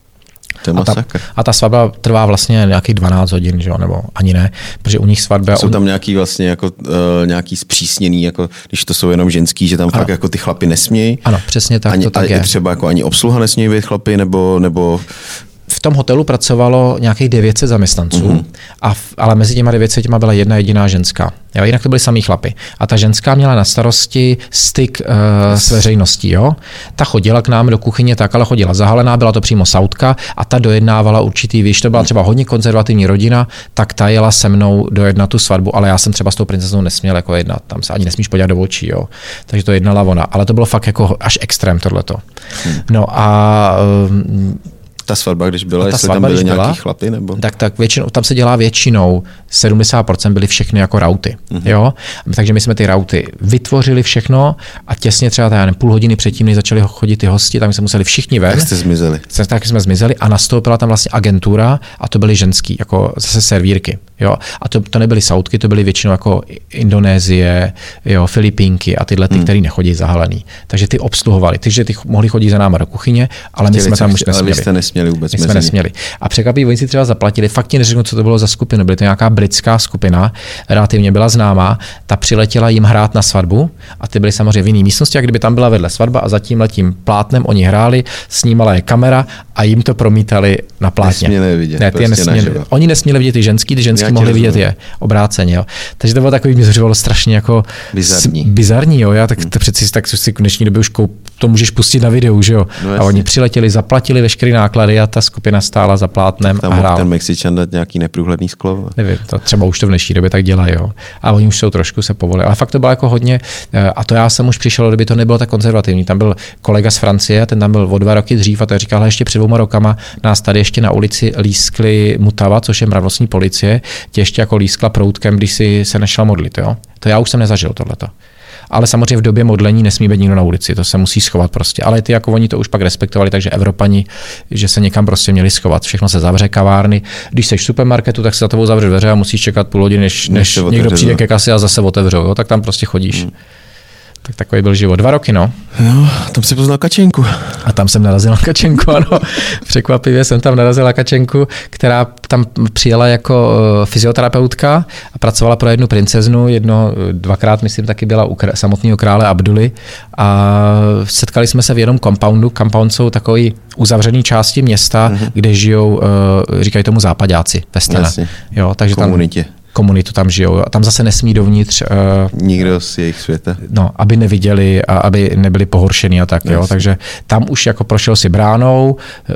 A ta, a ta svatba trvá vlastně nějakých dvanáct hodin, že jo, nebo ani ne, protože u nich svatba... Jsou tam nějaký vlastně jako uh, nějaký zpřísněný, jako když to jsou jenom ženský, že tam ano. fakt jako ty chlapy nesmějí. Ano, přesně tak ani, to tak a je. Třeba jako ani obsluha nesmějí být chlapy, nebo... nebo... V tom hotelu pracovalo nějakých devět set zaměstnanců, mm-hmm. a v, ale mezi těma devět set byla jedna jediná ženská. Jo, jinak to byly samý chlapy. A ta ženská měla na starosti styk uh, s veřejností. Jo? Ta chodila k nám do kuchyně tak, ale chodila zahalená, byla to přímo sautka a ta dojednávala určitý, víš, to byla třeba hodně konzervativní rodina, tak ta jela se mnou dojednat tu svatbu, ale já jsem třeba s tou princeznou nesměl jako jednat, tam se ani nesmíš podívat do očí, jo? Takže to jednala ona, ale to bylo fakt jako až extrém tohleto. Hmm. No a... Um, ta svatba, když byla, jestli tam byly nějaký chlapy? Nebo? Tak, tak většinou, tam se dělá většinou, sedmdesát procent byly všechny jako rauty. Mm-hmm. Jo? Takže my jsme ty rauty vytvořili všechno a těsně třeba tady, půl hodiny předtím, než začali chodit ty hosti, tam jsme museli všichni ven. Tak jste zmizeli. Tak jsme zmizeli a nastoupila tam vlastně agentura a to byly ženský, jako zase servírky. Jo? A to, to nebyly sautky, to byly většinou jako Indonésie, jo, Filipínky a tyhle, ty, mm. který nechodí zahalený. Takže ty obsluhovali, takže ty mohli chodit za náma do kuchyně, ale Chtěli, my jsme tam už nesměli. Vůbec My jsme nesměli. A překvapí, oni si třeba zaplatili, fakt ti neřeknu, co to bylo za skupinu, byly to nějaká britská skupina, relativně byla známá, ta přiletěla jim hrát na svatbu a ty byly samozřejmě v jiné místnosti, a kdyby tam byla vedle svatba a za tímhletím plátnem oni hráli, snímala je kamera a jim to promítali na plátně. Nesměli vidět. Ne, ty prostě nesměli, oni nesměli vidět ty ženský, ty ženský mohli vidět je obráceně. Jo. Takže to bylo takový, mě zřívalo strašně jako bizarní. bizarní jo. Já tak to přeci tak si v dnešní době už koup, to můžeš pustit na videu, že jo. No, a oni přiletěli, zaplatili veškeré náklady a ta skupina stála za plátnem tam a hrála. Ten Mexičan dát nějaký neprůhledný sklo? Nevím, to třeba už to v dnešní době tak dělají, jo. A oni už jsou trošku se povolili. Ale fakt to bylo jako hodně, a to já jsem už přišel, kdyby to nebylo tak konzervativní. Tam byl kolega z Francie, ten tam byl o dva roky dřív a to říkal, ještě před dvouma rokama nás tady ještě na ulici lískli Mutava, což je mravnostní policie, tě ještě jako lískla proutkem, když si se nešel modlit, jo. To já už jsem nezažil tohleto. Ale samozřejmě v době modlení nesmí být nikdo na ulici, to se musí schovat prostě. Ale ty jako oni to už pak respektovali, takže Evropani, že se někam prostě měli schovat. Všechno se zavře, kavárny. Když jsi v supermarketu, tak se za tebou zavře dveře a musíš čekat půl hodiny, než, než někdo otevře, přijde ke kasi a zase otevřou, jo? Tak tam prostě chodíš. Hmm. Tak takový byl život. Dva roky, no. Jo, tam si poznal Kačenku. A tam jsem narazil na Kačenku, ano. Překvapivě jsem tam narazil na Kačenku, která tam přijela jako fyzioterapeutka a pracovala pro jednu princeznu, jedno, dvakrát, myslím, taky byla u samotného krále Abduly a setkali jsme se v jednom compoundu. Compound jsou takový uzavřený části města, mm-hmm. kde žijou, říkají tomu západáci ve Stena. Jo, takže komunitě. Tam komunitu tam žijou. A tam zase nesmí dovnitř. Uh, Nikdo z jejich světa. No, aby neviděli a aby nebyli pohoršení a tak. Jo. Takže tam už jako prošel si bránou,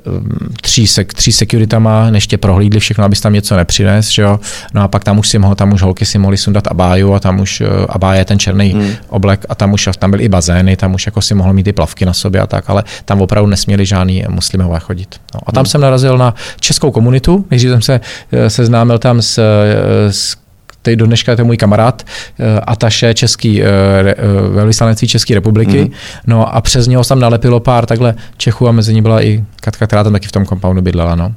tří, sek, tří securitama, než tě prohlídli všechno, abys tam něco nepřines. Jo. No a pak tam už si mohl, tam už holky si mohly sundat abáju a tam už uh, abáje je ten černý hmm. oblek a tam už tam byly i bazény, tam už jako si mohl mít i plavky na sobě a tak, ale tam opravdu nesměli žádný muslimové chodit. No. A tam hmm. jsem narazil na českou komunitu, než jsem se seznámil tam s, s Teď do dneška je to můj kamarád, ataše český, velvyslanectví České republiky, mm. no a přes něho tam nalepilo pár takhle Čechů a mezi ní byla i Katka, která tam taky v tom compoundu bydlela, no.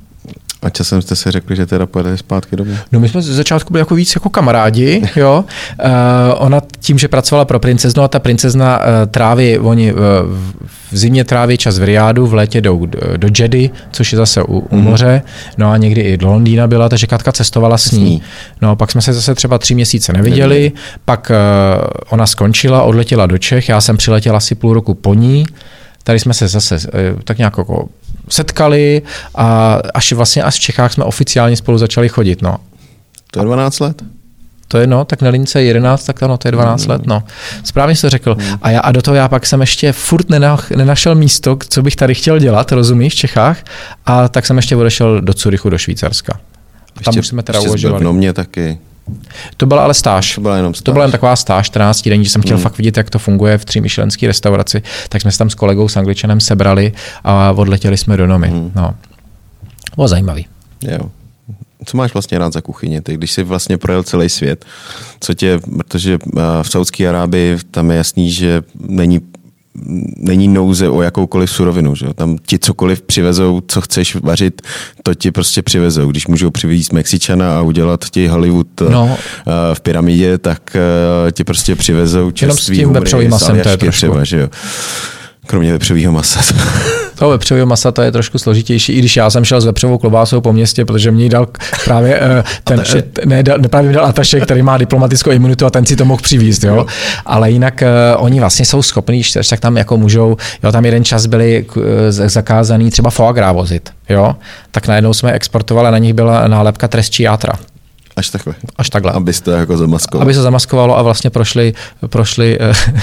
A časem jste si řekli, že teda pojedete zpátky domů? No my jsme ze začátku byli jako víc jako kamarádi, jo. Uh, ona tím, že pracovala pro princeznu a ta princezna uh, tráví, oni uh, v zimě tráví čas v Riádu, v létě jdou do Jeddy, což je zase u, u moře, no a někdy i do Londýna byla, takže Katka cestovala s ní. No pak jsme se zase třeba tři měsíce neviděli, Neviděli. pak uh, ona skončila, odletěla do Čech, já jsem přiletěl asi půl roku po ní, tady jsme se zase uh, tak nějak jako setkali a až vlastně až v Čechách jsme oficiálně spolu začali chodit. No. To je dvanáct let? To je no, tak na lince jedenáct, tak ano, to je dvanáct mm. let, no. Správně jsi to řekl. Mm. A, já, a do toho já pak jsem ještě furt nenach, nenašel místo, co bych tady chtěl dělat, rozumíš, v Čechách, a tak jsem ještě odešel do Curychu, do Švýcarska. A tam ještě, už jsme teda ještě uvažovali. Ještě mě taky. To byla ale stáž. To byla jenom stáž. To byla jen taková stáž, čtrnáct denní, že jsem chtěl mm. fakt vidět, jak to funguje v třímyšlenské restauraci, tak jsme se tam s kolegou, s Angličanem sebrali a odletěli jsme do Nomy. Mm. No. Bylo zajímavý. Jo. Co máš vlastně rád za kuchyni? Ty, když jsi vlastně projel celý svět, co tě, protože v Saúdské Arábii tam je jasný, že není není nouze o jakoukoliv surovinu. Že? Tam ti cokoliv přivezou, co chceš vařit, to ti prostě přivezou. Když můžou přivízt Mexičana a udělat ti Hollywood no. v pyramidě, tak ti prostě přivezou čerstvý humry z Aljašky třeba. Že jo? Kromě vepřového masa. To vepřového masa to je trošku složitější, i když já jsem šel s vepřovou klobásou po městě, protože mě dal právě uh, ten, uh, ne, ne, právě mi dal ataše, který má diplomatickou imunitu a ten si to mohl přivízt, jo. Ale jinak uh, oni vlastně jsou schopní, tak tam jako můžou, jo, tam jeden čas byli uh, zakázaný třeba foie gras vozit, jo. Tak najednou jsme exportovali, na nich byla nálepka trestčí játra. Až takhle. Až takhle. Aby se to jako zamaskovalo. Aby se zamaskovalo a vlastně prošli, prošli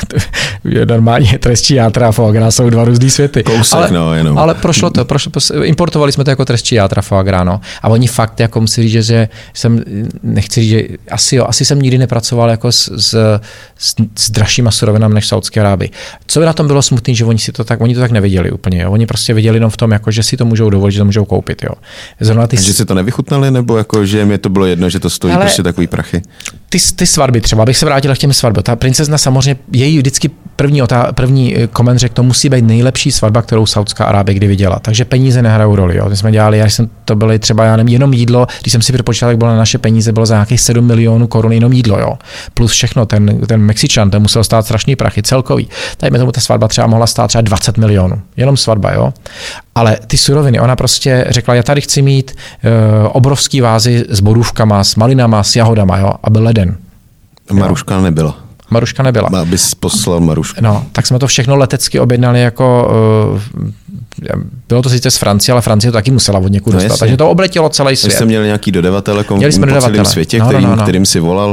normálně trestčí játra a foie gras jsou dva různý světy. Kousek, ale, no, jenom. Ale prošlo to, prošlo, importovali jsme to jako trestčí játra foie gras, no. A oni fakt, jako musí říct, že jsem, nechci říct, že asi jo, asi jsem nikdy nepracoval jako s, s, s, s dražšíma surovinami než v Saúdské Arábii. Co by na tom bylo smutný, že oni si to tak, oni to tak neviděli úplně, jo. Oni prostě viděli jenom v tom, jako, že si to můžou dovolit, že to můžou koupit, jo. Zrovna ty... Že si to nevychutnali, nebo jako, že mi to bylo jedno, že to stojí ale prostě takový prachy. Ty, ty svatby třeba, abych se vrátil k těm svatbám. Ta princezna samozřejmě, její vždycky první, otá, první koment řekl, to musí být nejlepší svatba, kterou Saudská Arábie kdy viděla. Takže peníze nehrajou roli. Jo. My jsme dělali, já jsem to byly třeba, já nevím, jenom jídlo, když jsem si vypočítal, jak bylo na naše peníze, bylo za nějakých sedm milionů korun jenom jídlo. Jo. Plus všechno, ten, ten Mexičan, ten musel stát strašný prachy, celkový. Tady mi tomu ta svatba třeba mohla stát třeba dvacet milionů. Jenom svatba, jo. Ale ty suroviny, ona prostě řekla, já tady chci mít uh, obrovský vázy s borůvkama, s malinama, s jahodama, jo, a byl leden. Maruška jo. nebyla. Maruška nebyla. Abys poslal Marušku. No, tak jsme to všechno letecky objednali jako, uh, bylo to sice z Francie, ale Francie to taky musela od někud no dostat, jasně. Takže to obletělo celý svět. Jste měli nějaký dodavatele kom, měli jsme po dodavatele. celém světě, no, kterým, no, no, no. kterým si volal.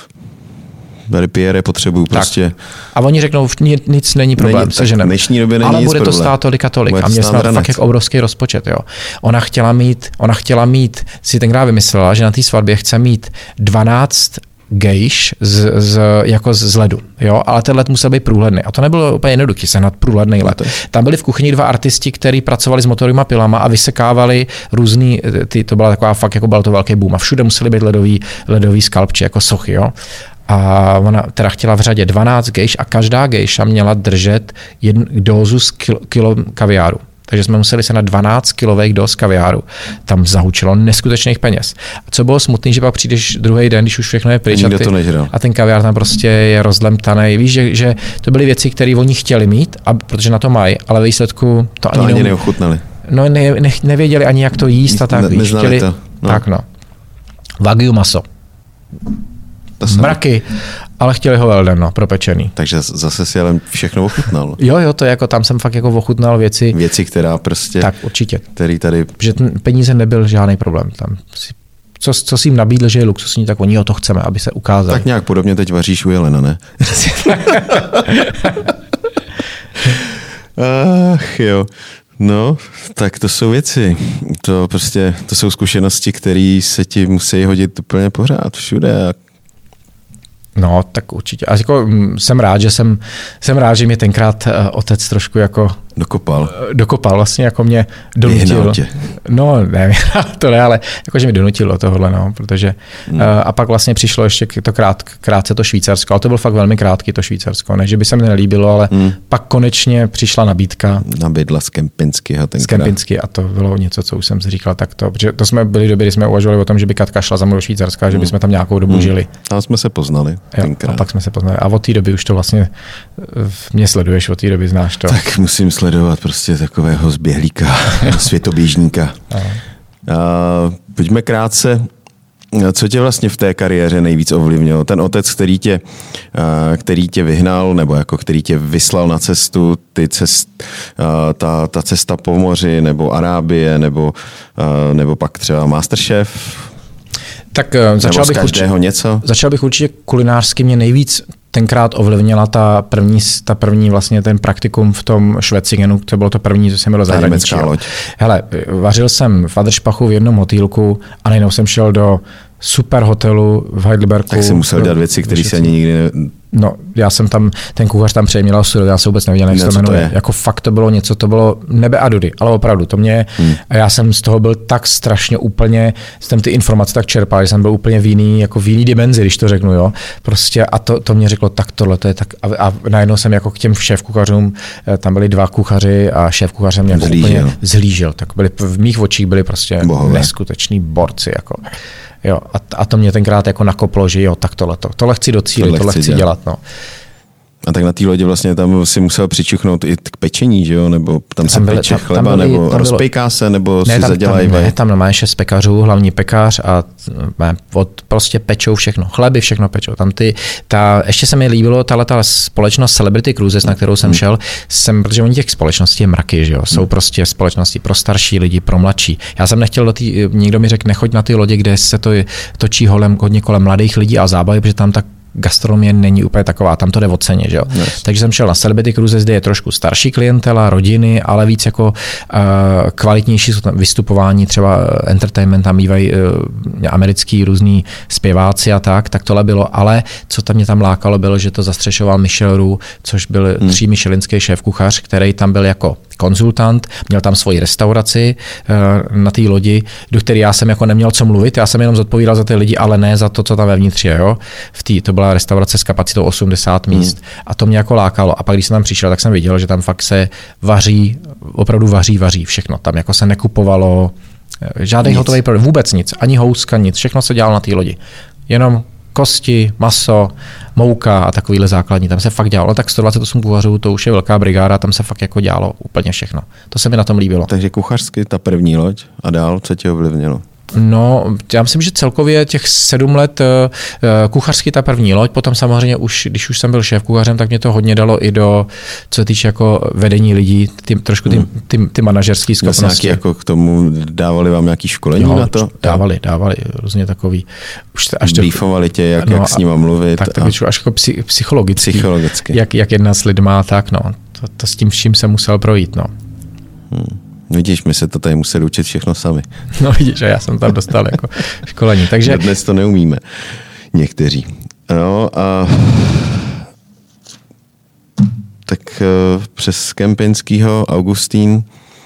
Tady Pierre, potřebuju prostě. A oni řeknou, nic není problém, není, seženeme. V dnešní době není ale nic bude problém. to stát tolik a tolik. Bude a měli jsme fakt jak obrovský rozpočet. Jo. Ona chtěla mít, ona chtěla mít, si tenkrát vymyslela, že na té svatbě chce mít dvanáct gejš z, z, jako z ledu, jo, ale ten led musel být průhledný. A to nebylo úplně jednoduché sehnat průhledný led. Tam byli v kuchyni dva artisti, kteří pracovali s motorovými pilama a vysekávali různý, ty, to byla taková fakt, jako byl to velký boom. A všude museli být ledový, ledový skalpči, jako sochy, jo. A ona teda chtěla v řadě dvanáct gejš a každá gejša měla držet jednu dózu z kilo, kilo kaviáru. Takže jsme museli se na dvanáct kilových doz kaviáru. Tam zahučilo neskutečných peněz. A co bylo smutný, že pak přijdeš druhý den, když už všechno je pryč a, ty, a ten kaviár tam prostě je rozlemtaný. Víš, že, že to byly věci, které oni chtěli mít, a, protože na to mají, ale ve výsledku to, to ani, ani neum... neochutnali. No ne, ne, nevěděli ani, jak to jíst a tak. Ne, víš, chtěli... to. No. Tak no. Wagyu maso. Mraky, ale chtěli ho well done, no, propečený. Takže zase si ale všechno ochutnal. Jo, jo, to je jako, tam jsem fakt jako ochutnal věci. Věci, která prostě... Tak, určitě. Který tady... Že ten peníze nebyl žádný problém. Tam si, co, co si jim nabídl, že je luxusní, tak oni o to chceme, aby se ukázali. Tak nějak podobně teď vaříš u Jelena, ne? Ach jo. No, tak to jsou věci. To prostě, to jsou zkušenosti, které se ti musí hodit úplně pořád, všude. No, tak určitě. A jako jsem rád, že jsem, jsem rád, že mě tenkrát otec trošku jako dokopal. Dokopal, vlastně jako mě donutil. No, ne, to ne, ale jakože mě donutil do tohohle, no, protože hmm. a pak vlastně přišlo ještě to krát, krátce to Švýcarsko, ale to bylo fakt velmi krátký to Švýcarsko, ne, že by se mi nelíbilo, ale hmm. pak konečně přišla nabídka. Nabídla z Kempinsky a tenkrát. Z Kempinsky a to bylo něco, co už jsem si říkal, tak to, protože to jsme byli doby, kdy jsme uvažovali o tom, že by Katka šla za mnou do Švýcarska, hmm. že bychom tam nějakou dobu hmm. žili. Tam jsme se poznali. Jo, a pak jsme se poznali. A od té doby už to vlastně mě sleduješ, od té doby znáš to. Tak musím sledovat prostě takového zběhlíka, světoběžníka. A, pojďme krátce, co tě vlastně v té kariéře nejvíc ovlivnilo? Ten otec, který tě, který tě vyhnal, nebo jako který tě vyslal na cestu, ty cest, ta, ta cesta po moři, nebo Arábie, nebo, nebo pak třeba Masterchef? Tak začal Nebo z bych, každého určitě, něco? začal bych určitě kulinářsky, mě nejvíc tenkrát ovlivnila ta první, ta první vlastně ten praktikum v tom Schwetzingenu, to bylo to první, co jsem byl zahraničí. Hele, vařil jsem v Adlerspachu v jednom hotýlku a najednou jsem šel do super hotelu v Heidelbergu. Tak si musel dělat věci, které se ani nikdy ne... No, já jsem tam, ten kuchař tam přejměl surový, já se vůbec nevěděl, jak se to jmenuje. Jako fakt to bylo něco, to bylo nebe a dudy, ale opravdu, to mě, hmm. a já jsem z toho byl tak strašně úplně, jsem ty informace tak čerpal, že jsem byl úplně v jiný, jako v jiný dimenzi, když to řeknu, jo. Prostě a to, to mě řeklo, tak tohle, to je tak, a, a najednou jsem jako k těm šéfkuchařům, tam byli dva kuchaři a šéfkuchař mě jako úplně zhlížel, tak byli, v mých očích byli prostě Bohové. Neskuteční borci, jako. Jo, a, a to mě tenkrát jako nakoplo, že jo, tak tohle, tohle chci docílit, tohle, tohle chci dělat. dělat no. A tak na té lodi vlastně tam si musel přičuchnout i k pečení, že jo? Nebo tam, tam se byly, peče tam, chleba, tam byly, nebo tam rozpejká se, nebo ne, si tam, zadělají tam, ne, tam máme šest pekařů, hlavní pekař a od, prostě pečou všechno, chleby všechno pečou. Tam ty, ta, ještě se mi líbilo tato společnost Celebrity Cruises, na kterou jsem hmm. šel, jsem, protože oni těch společností je mraky, že jo? Jsou hmm. prostě společnosti pro starší lidi, pro mladší. Já jsem nechtěl do tý, někdo mi řekl, nechoď na ty lodě, kde se to točí holem, hodně kolem mladých lidí a zábavy, protože tam tak gastronomie není úplně taková, tam to jde o ceně, že jo. Yes. Takže jsem šel na Celebrity Cruises, kde je trošku starší klientela, rodiny, ale víc jako uh, kvalitnější vystupování, třeba entertainment, tam bývají uh, americký různý zpěváci a tak, tak tohle bylo, ale co tam mě tam lákalo, bylo, že to zastřešoval Michel Roux, což byl hmm. tří michelinský šéfkuchař, který tam byl jako konzultant, měl tam svoji restauraci uh, na té lodi, do které já jsem jako neměl co mluvit, já jsem jenom zodpovídal za ty lidi, ale ne za to, co tam vevnitř je, jo. V tý, to byla restaurace s kapacitou osmdesát míst hmm. a to mě jako lákalo. A pak, když jsem tam přišel, tak jsem viděl, že tam fakt se vaří, opravdu vaří, vaří všechno. Tam jako se nekupovalo žádný nic. Hotový produkt, vůbec nic, ani houska, nic, všechno se dělalo na té lodi. Jenom kosti, maso, mouka a takovýhle základní. Tam se fakt dělalo. Tak sto dvacet osm kuchařů, to už je velká brigáda, tam se fakt jako dělalo úplně všechno. To se mi na tom líbilo. Takže kuchařsky ta první loď a dál, co tě ovlivnilo? No, já myslím, že celkově těch sedm let kuchařský ta první loď, potom samozřejmě už, když už jsem byl šéf kuchařem, tak mě to hodně dalo i do, co se týče jako vedení lidí, ty, trošku ty, ty, ty manažerské schopnosti. Jako k tomu dávali vám nějaký školení jo, na to? Dávali, dávali, různě takový. Už až Briefovali tě, jak, no, jak s nima mluvit. Tak, tak a... až jako psychologicky, psychologicky. Jak, jak jedna s lidma, tak no, to, to s tím, s čím jsem musel projít, no. Hmm. Vidíš, my se to tady museli učit všechno sami. No vidíš, a já jsem tam dostal jako školení. Takže... Dnes to neumíme. Někteří. No a tak uh, přes Kempinskýho, Augustín,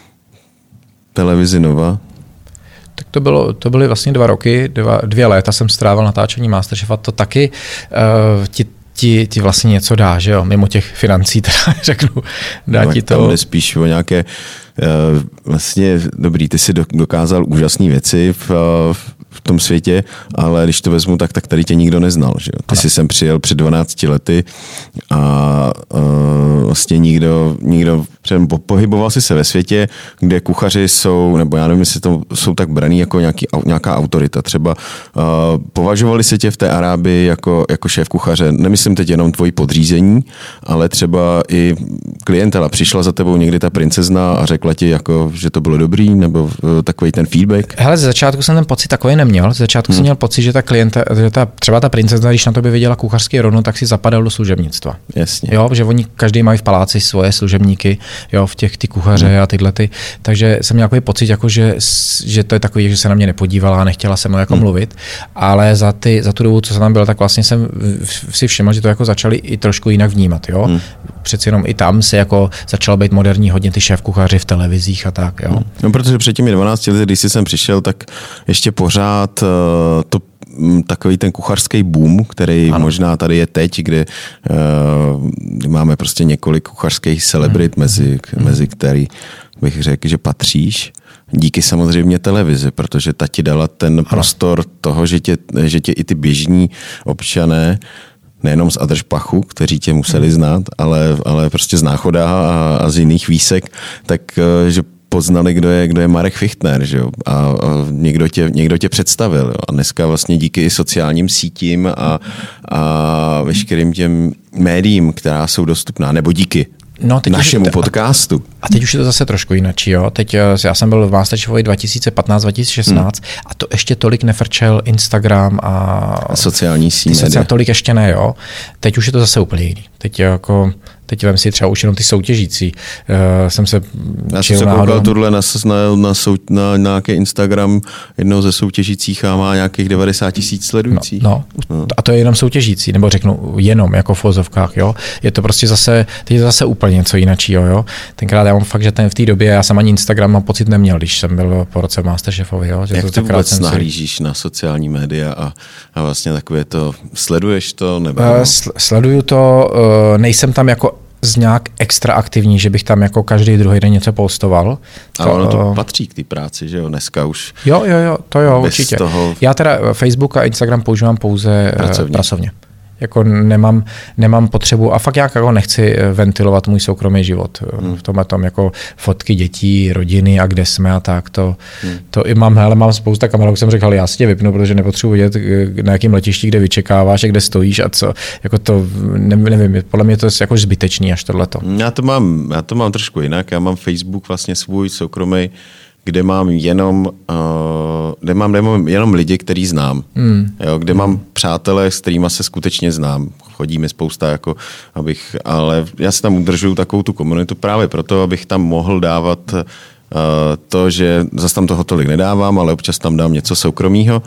televizi Nova. Tak to, bylo, to byly vlastně dva roky, dva, dvě léta jsem strávil natáčení Masterchefa. To taky uh, ti Ti, ti vlastně něco dá, že jo, mimo těch financí, teda řeknu, dá no, ti to. Tam jde spíš o nějaké, uh, vlastně, dobrý, ty si dokázal úžasné věci v, v tom světě, ale když to vezmu, tak, tak tady tě nikdo neznal, že jo. Ty ano. jsi sem přijel před dvanácti lety a uh, vlastně nikdo, nikdo pohyboval si se ve světě, kde kuchaři jsou, nebo já nevím, jestli to jsou tak braný jako nějaký, nějaká autorita. Třeba uh, považovali se tě v té Arábii jako, jako šéf kuchaře, nemyslím teď jenom tvoji podřízení, ale třeba i klientela přišla za tebou někdy ta princezna a řekla ti, jako, že to bylo dobrý, nebo uh, takový ten feedback? Hele, ze začátku jsem ten pocit takový neměl. Ze začátku hmm. jsem měl pocit, že ta klienta, že ta, třeba ta princezna, když na tobě viděla kuchařský rovno, tak si zapadal do služebnictva. Jasně. Jo, že oni každý mají v paláci svoje služebníky, jo, v těch ty kuchaře hmm. a tyhle ty. Takže jsem měl takový pocit, jako, že, že to je takový, že se na mě nepodívala a nechtěla se mnou jako hmm. mluvit, ale za, ty, za tu dobu, co jsem tam byl, tak vlastně jsem si všiml, že to jako začali i trošku jinak vnímat. Jo? Hmm. Přeci jenom i tam se jako začalo být moderní hodně ty šéf kuchaři v televizích a tak. Jo? No, protože před těmi dvanácti lety, když jsem přišel, tak ještě pořád uh, to takový ten kuchařský boom, který ano. možná tady je teď, kde uh, máme prostě několik kuchařských celebrit, hmm. mezi, hmm. mezi který bych řekl, že patříš. Díky samozřejmě televizi, protože ta ti dala ten ano. prostor toho, že tě, že tě i ty běžní občané nejenom z Adlerspachu, kteří tě museli znát, ale, ale prostě z Náchoda a, a z jiných výsek, tak že poznali, kdo je, kdo je Marek Fichtner, že jo? A, a někdo, tě, někdo tě představil. Jo? A dneska vlastně díky sociálním sítím a, a veškerým těm médiím, která jsou dostupná, nebo díky No, teď našemu už, podcastu. A teď už je to zase trošku jinačí. Jo? Teď já jsem byl v Masterchefovi dva tisíce patnáct dva tisíce šestnáct hmm. a to ještě tolik nefrčel Instagram a, a sociální síť. Tolik ještě ne, jo. Teď už je to zase úplně jiný. Teď jako Teď vem si třeba už jenom ty soutěžící. Uh, jsem se Já jsem se koukal tohle na, na, na, sou, na, na nějaký Instagram jednoho ze soutěžících a má nějakých devadesát tisíc sledujících. No, no, no. A to je jenom soutěžící, nebo řeknu jenom jako v vozovkách, jo. Je to prostě zase, teď je zase úplně něco jináčího, jo. Tenkrát já mám fakt, že ten v té době, já jsem ani Instagram mám pocit neměl, když jsem byl po roce Masterchefovi, jo. Že Jak to ty vůbec nahlížíš si... na sociální média a, a vlastně takové to, sleduješ to? Nebo... Uh, sleduju to, uh, nejsem tam jako z nějak extra aktivní, že bych tam jako každý druhý den něco postoval. A ono to patří k té práci, že jo, dneska už. Jo, jo, jo, to jo, určitě. Toho... Já teda Facebook a Instagram používám pouze pracovně. pracovně. Jako nemám, nemám potřebu a fakt já jako nechci ventilovat můj soukromý život. Hmm. V tomhle tom jako fotky dětí, rodiny a kde jsme a tak. To, hmm. to i mám, hele, mám spousta kamarádů, jsem řekl, já si tě vypnu, protože nepotřebuji vidět, na jakém letišti, kde vyčekáváš a kde stojíš a co. Jako to, nevím, podle mě to je jako zbytečný až tohleto. Já to mám, já to mám trošku jinak. Já mám Facebook vlastně svůj soukromý, kde mám jenom, uh, kde mám, kde mám jenom lidi, který znám. Mm. Jo, kde mm. mám přátelé, s kterýma se skutečně znám. Chodí mi spousta, jako, abych, ale já si tam udržuju takovou tu komunitu právě proto, abych tam mohl dávat uh, to, že zase tam toho tolik nedávám, ale občas tam dám něco soukromýho.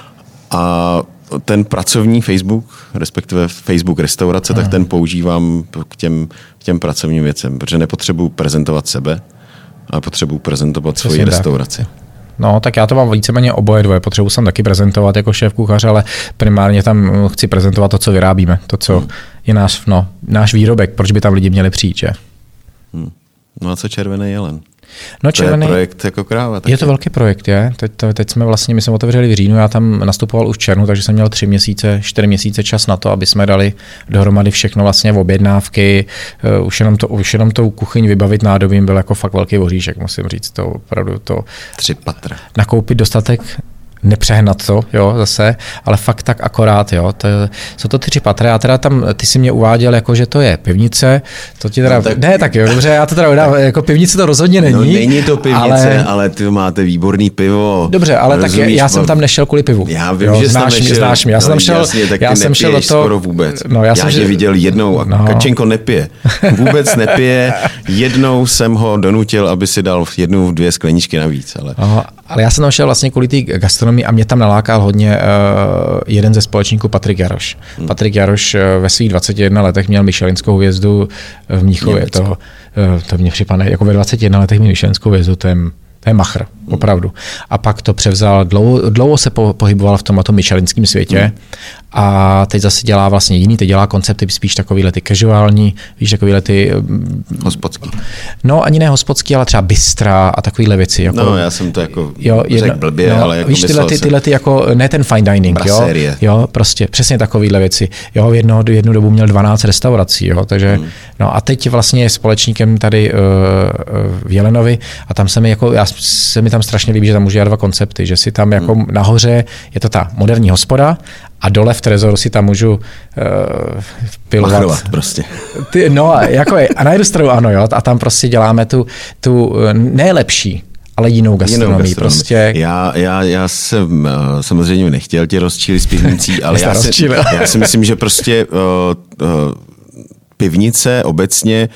A ten pracovní Facebook, respektive Facebook restaurace, mm. tak ten používám k těm, k těm pracovním věcem, protože nepotřebuji prezentovat sebe, ale potřebuji prezentovat svoji restauraci. No, tak já to mám víceméně oboje dvoje. Potřebuji jsem taky prezentovat jako šéf kuchař, ale primárně tam chci prezentovat to, co vyrábíme, to, co hmm. je náš, no, náš výrobek. Proč by tam lidi měli přijít, že? Hmm. No a co Červený jelen? No, to červený, je projekt jako kráva. Taky. Je to velký projekt, je. Teď, teď jsme vlastně, my jsme otevřeli v říjnu, já tam nastupoval už v červnu, takže jsem měl tři měsíce, čtyři měsíce čas na to, aby jsme dali dohromady všechno vlastně v objednávky. Uh, už jenom to, už jenom tou kuchyň vybavit nádobím byl jako fakt velký voříšek, musím říct. To opravdu to. Tři patra. Nakoupit dostatek, nepřehnat to, jo, zase, ale fakt tak akorát, jo. To, jsou to tři patra, já teda tam, ty si mě uváděl, jako, že to je pivnice, to ti teda, no, tak, ne, tak jo, dobře, já to teda udám, jako pivnice to rozhodně není. No není to pivnice, ale, ale ty máte výborný pivo. Dobře, ale tak já, já jsem tam nešel kvůli pivu. Já vím, jo, že znáš tam mě, nešel. znáš mě, já jsem tam šel, jasně, tak já jsem šel do toho, skoro vůbec. No, já, já jsem tě viděl jednou a no. Kačenko nepije. Vůbec nepije. Jednou jsem ho donutil, aby si dal jednu, dvě skleničky navíc, ale... Aha, ale já jsem tam šel vlastně kvůli té gastronomii a mě tam nalákal hodně uh, jeden ze společníků Patrik Jaroš. Hmm. Patrik Jaroš uh, ve svých dvaceti jedné letech měl michelinskou hvězdu v Mnichově. To, uh, to mě připadne, jako ve dvaceti jedné letech měl michelinskou hvězdu, to je, to je machr, hmm. opravdu. A pak to převzal, dlouho, dlouho se po, pohyboval v tomto michelinském světě hmm. a teď zase dělá vlastně jiný, teď dělá koncepty spíš takovýhle ty casuální, víš, takovýhle ty... Hospodský. No, ani ne hospodský, ale třeba bystra a takovýhle věci. Jako, no, já jsem to jako jo, jedno, řekl blbě, no, ale jako víš, tyhle, ty, tyhle ty jako, ne ten fine dining, jo, jo, prostě přesně takovýhle věci. Jo, jedno, jednu dobu měl dvanáct restaurací, jo, takže, hmm. no a teď vlastně je společníkem tady uh, v Jelenovi a tam se mi jako, já se mi tam strašně líbí, že tam může dělat dva koncepty, že si tam jako hmm. nahoře je to ta moderní hospoda a dole v trezoru si tam můžu uh, pilovat. Machrovat prostě. Ty, no, jako je, a na jednu stranu ano, jo, a tam prostě děláme tu, tu nejlepší, ale jinou gastronomii. Jinou gastronomii. Prostě. Já, já, já jsem samozřejmě nechtěl tě rozčílit z pivnicí, ale já si, já si myslím, že prostě uh, uh, pivnice obecně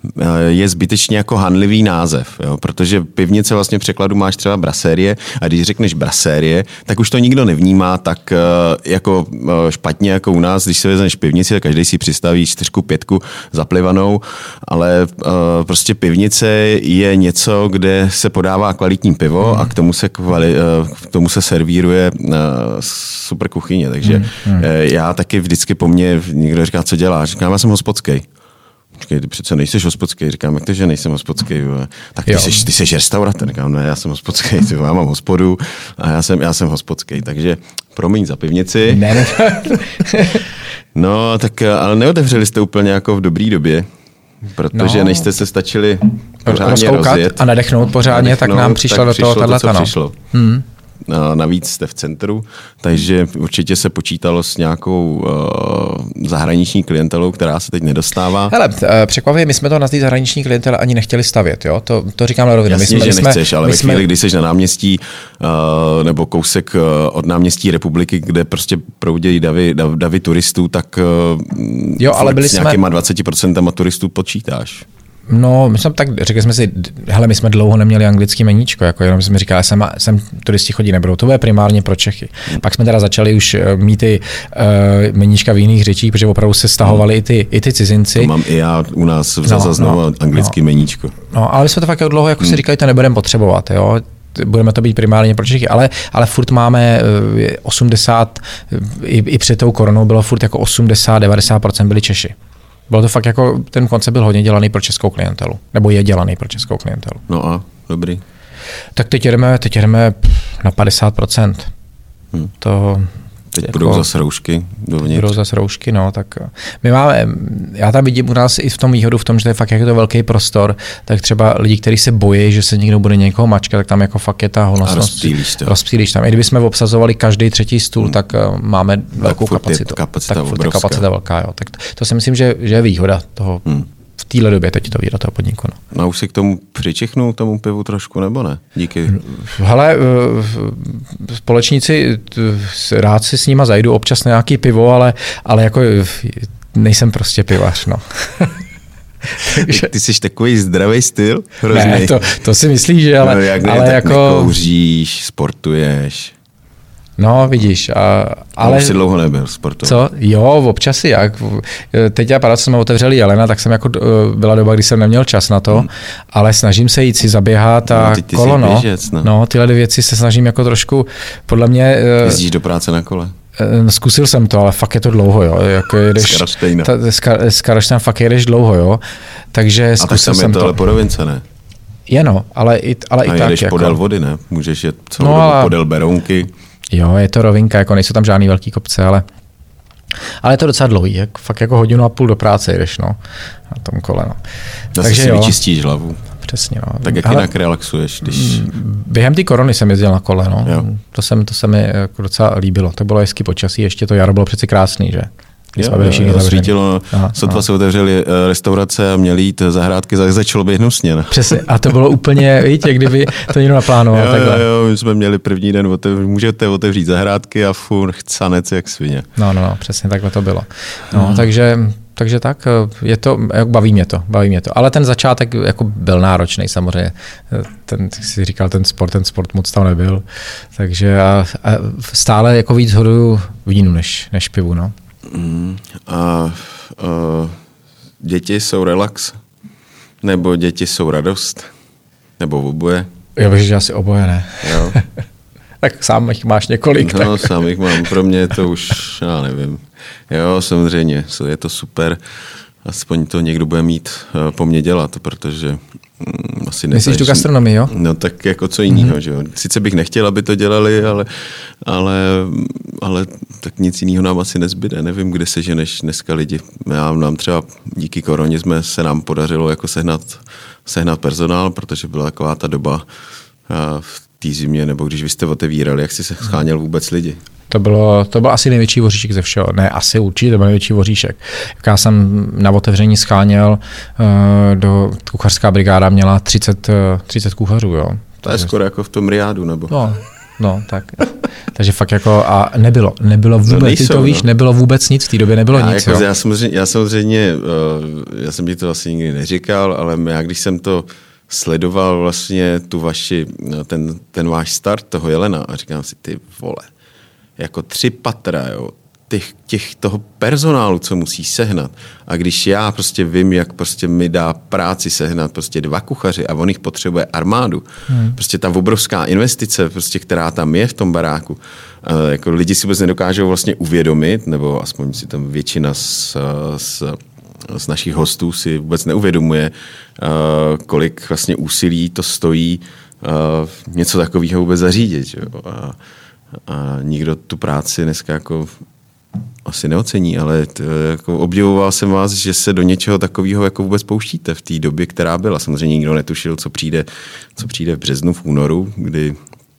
je zbytečně jako hanlivý název, jo? Protože pivnice vlastně v překladu máš třeba brasérie a když řekneš brasérie, tak už to nikdo nevnímá tak jako špatně jako u nás, když se vezmeš pivnici, tak každý si přistaví čtyřku, pětku zaplivanou, ale prostě pivnice je něco, kde se podává kvalitní pivo mm. a k tomu se, kvali, k tomu se servíruje super kuchyně, takže mm. já taky vždycky po mně někdo říká, co děláš, říkám, já jsem hospodský. Počkej, ty přece nejseš hospodský. Říkám, jak to, že nejsem hospodský? Tak ty jsi, ty jsi restauratér. Říkám, ne, já jsem hospodský, já mám hospodu a já jsem, já jsem hospodský. Takže promiň za pivnici. Ne, ne. No, tak ale neotevřeli jste úplně jako v dobrý době, protože no. než jste se stačili pořádně rozjet a nadechnout pořádně, nadechnout, tak nám přišlo do toho tato, to, co přišlo. Hmm. navíc jste v centru, takže určitě se počítalo s nějakou uh, zahraniční klientelou, která se teď nedostává. Hele, překvapivě, my jsme to na té zahraniční klientele ani nechtěli stavět, jo? To, to říkám na rovinu. Jasně, my jsme, že my nechceš, jsme, ale ve chvíli, jsme... kdy jsi na náměstí uh, nebo kousek uh, od náměstí Republiky, kde prostě proudějí davy, dav, davy turistů, tak uh, jo, ale byli s nějakýma jsme... dvacet procent turistů počítáš. No, my jsme tak, řekli jsme si, hele, my jsme dlouho neměli anglický meníčko, jako jenom jsme říkali, sem, sem turisti chodí nebudou, to bude primárně pro Čechy. Hmm. Pak jsme teda začali už mít ty uh, meníčka v jiných řečích, protože opravdu se stahovali hmm. i, ty, i ty cizinci. To mám i já u nás v Zazaznovu no, no, anglický no. meníčko. No, ale jsme to fakt dlouho, jako hmm. si říkali, to nebudeme potřebovat, jo. Budeme to být primárně pro Čechy, ale, ale furt máme osmdesát, i, i před tou koronou bylo furt jako osmdesát devadesát procent byli Češi. Bylo to fakt jako, ten koncept byl hodně dělaný pro českou klientelu, nebo je dělaný pro českou klientelu. No a, dobrý. Tak teď jedeme, teď jedeme na padesát procent. Hmm. To... Teď jako, budou zase roušky dovnitř. Budou zase roušky, no, tak my máme, já tam vidím u nás i v tom výhodu v tom, že to je fakt jako to velký prostor, tak třeba lidi, kteří se bojí, že se někdo bude někoho mačkat, tak tam jako fakt je ta honosnost. A rozptýlíš to. Rozptýlíš tam. I kdyby jsme obsazovali každý třetí stůl, hmm. tak uh, máme tak velkou kapacitu. Kapacita tak furt je kapacita velká, jo. Tak to, to si myslím, že, že je výhoda toho. Hmm. V téhle době teď to výhoda toho podniku. No. no a už si k tomu přičichnul, tomu pivu trošku, nebo ne? Díky. Hele, společníci, rád si s nima zajdu občas na nějaký pivo, ale, ale jako nejsem prostě pivař, no. Takže... Ty jsi takový zdravý styl? Hrozný. Ne, to, to si myslíš, že ale, no, jak ne, ale tak jako... nekouříš, sportuješ. No, vidíš. A, ale... Už jsi dlouho nebyl sportovat. Co? Jo, občas si jak. Teď já paradoxně jsme otevřeli Jelena, tak jsem jako, byla doba, kdy jsem neměl čas na to, hmm. ale snažím se jít si zaběhat a no, kolo, no. Běžec, no. No, tyhle věci se snažím jako trošku, podle mě... Jezdíš do práce na kole? Zkusil jsem to, ale fakt je to dlouho, jo. Jako jedeš, z Karlštejna. Z Karlštejna fakt jedeš dlouho, jo. Takže zkusil jsem to. A tak tam je to ale po rovince, ne? Je no, ale i, ale i tak. A jedeš jako... podél vody, ne? Můžeš jet celou no, dobu ale... podél Berounky. Jo, je to rovinka, jako nejsou tam žádný velký kopce, ale, ale je to docela dlouhý, jak, fakt jako hodinu a půl do práce jdeš, no, na tom kole, no. Zase Takže si jo, vyčistíš hlavu. Přesně, no. Tak jak ale, jinak relaxuješ, když... Během té korony jsem jezdil na kole, no. To, jsem, to se mi jako docela líbilo, to bylo hezký počasí, ještě to jaro bylo přeci krásný, že? Jo, jo, svítilo, sotva se otevřeli restaurace a měli jít zahrádky, začalo být hnusně. Ne? Přesně, a to bylo úplně, víte, jak kdyby to někdo naplánoval. Jo, takhle. jo, my jsme měli první den, otev, můžete otevřít zahrádky a furt chcanec jak svině. No, no, no, přesně takhle to bylo. No, hmm. takže, takže tak, je to, baví mě to, baví mě to. Ale ten začátek jako byl náročný samozřejmě. Ten, jak jsi říkal, ten sport, ten sport moc tam nebyl. Takže a, a stále jako víc hoduju vínu než, než pivu, no. Mm, a, a děti jsou relax? Nebo děti jsou radost? Nebo oboje? Já bych, že asi oboje ne. Jo. Tak sám jich máš několik. No, tak. sám jich mám. Pro mě je to už, já nevím. Jo, samozřejmě, je to super. Aspoň to někdo bude mít uh, po mně dělat, protože um, asi ne. Myslíš tu gastronomii, jo? No tak jako co jiného, mm-hmm. že jo. Sice bych nechtěl, aby to dělali, ale, ale, ale tak nic jiného nám asi nezbyde. Nevím, kde se ženeš dneska lidi. Já nám třeba díky koroně jsme se nám podařilo jako sehnat, sehnat personál, protože byla taková ta doba uh, v té zimě, nebo když vy jste otevírali, jak jsi se scháněl vůbec lidi? To bylo, to byl asi největší voříšek ze všeho. Ne, asi určitě to byl největší voříšek. Já jsem na otevření scháněl uh, do kuchařská brigáda měla třicet, třicet kuchařů, jo. To je Takže... skoro jako v tom Riádu, nebo? No, no, tak. Takže fakt jako, a nebylo, nebylo vůbec, nejsou, ty to víš, no. Nebylo vůbec nic, v té době nebylo já nic. Jako, já samozřejmě, já samozřejmě, já jsem ti to asi nikdy neříkal, ale já když jsem to sledoval vlastně tu vaši, ten, ten váš start toho Jelena a říkám si, ty vole, jako tři patra, jo, těch, těch toho personálu, co musí sehnat. A když já prostě vím, jak prostě mi dá práci sehnat prostě dva kuchaři a on jich potřebuje armádu. Hmm. Prostě ta obrovská investice, prostě, která tam je v tom baráku, uh, jako lidi si vůbec nedokážou vlastně uvědomit, nebo aspoň si tam většina z, z, z našich hostů si vůbec neuvědomuje, uh, kolik vlastně úsilí to stojí uh, něco takového vůbec zařídit. Jo. A, a nikdo tu práci dneska jako asi neocení, ale t, jako obdivoval jsem vás, že se do něčeho takového jako vůbec pouštíte v té době, která byla. Samozřejmě nikdo netušil, co přijde, co přijde v březnu, v únoru, kdy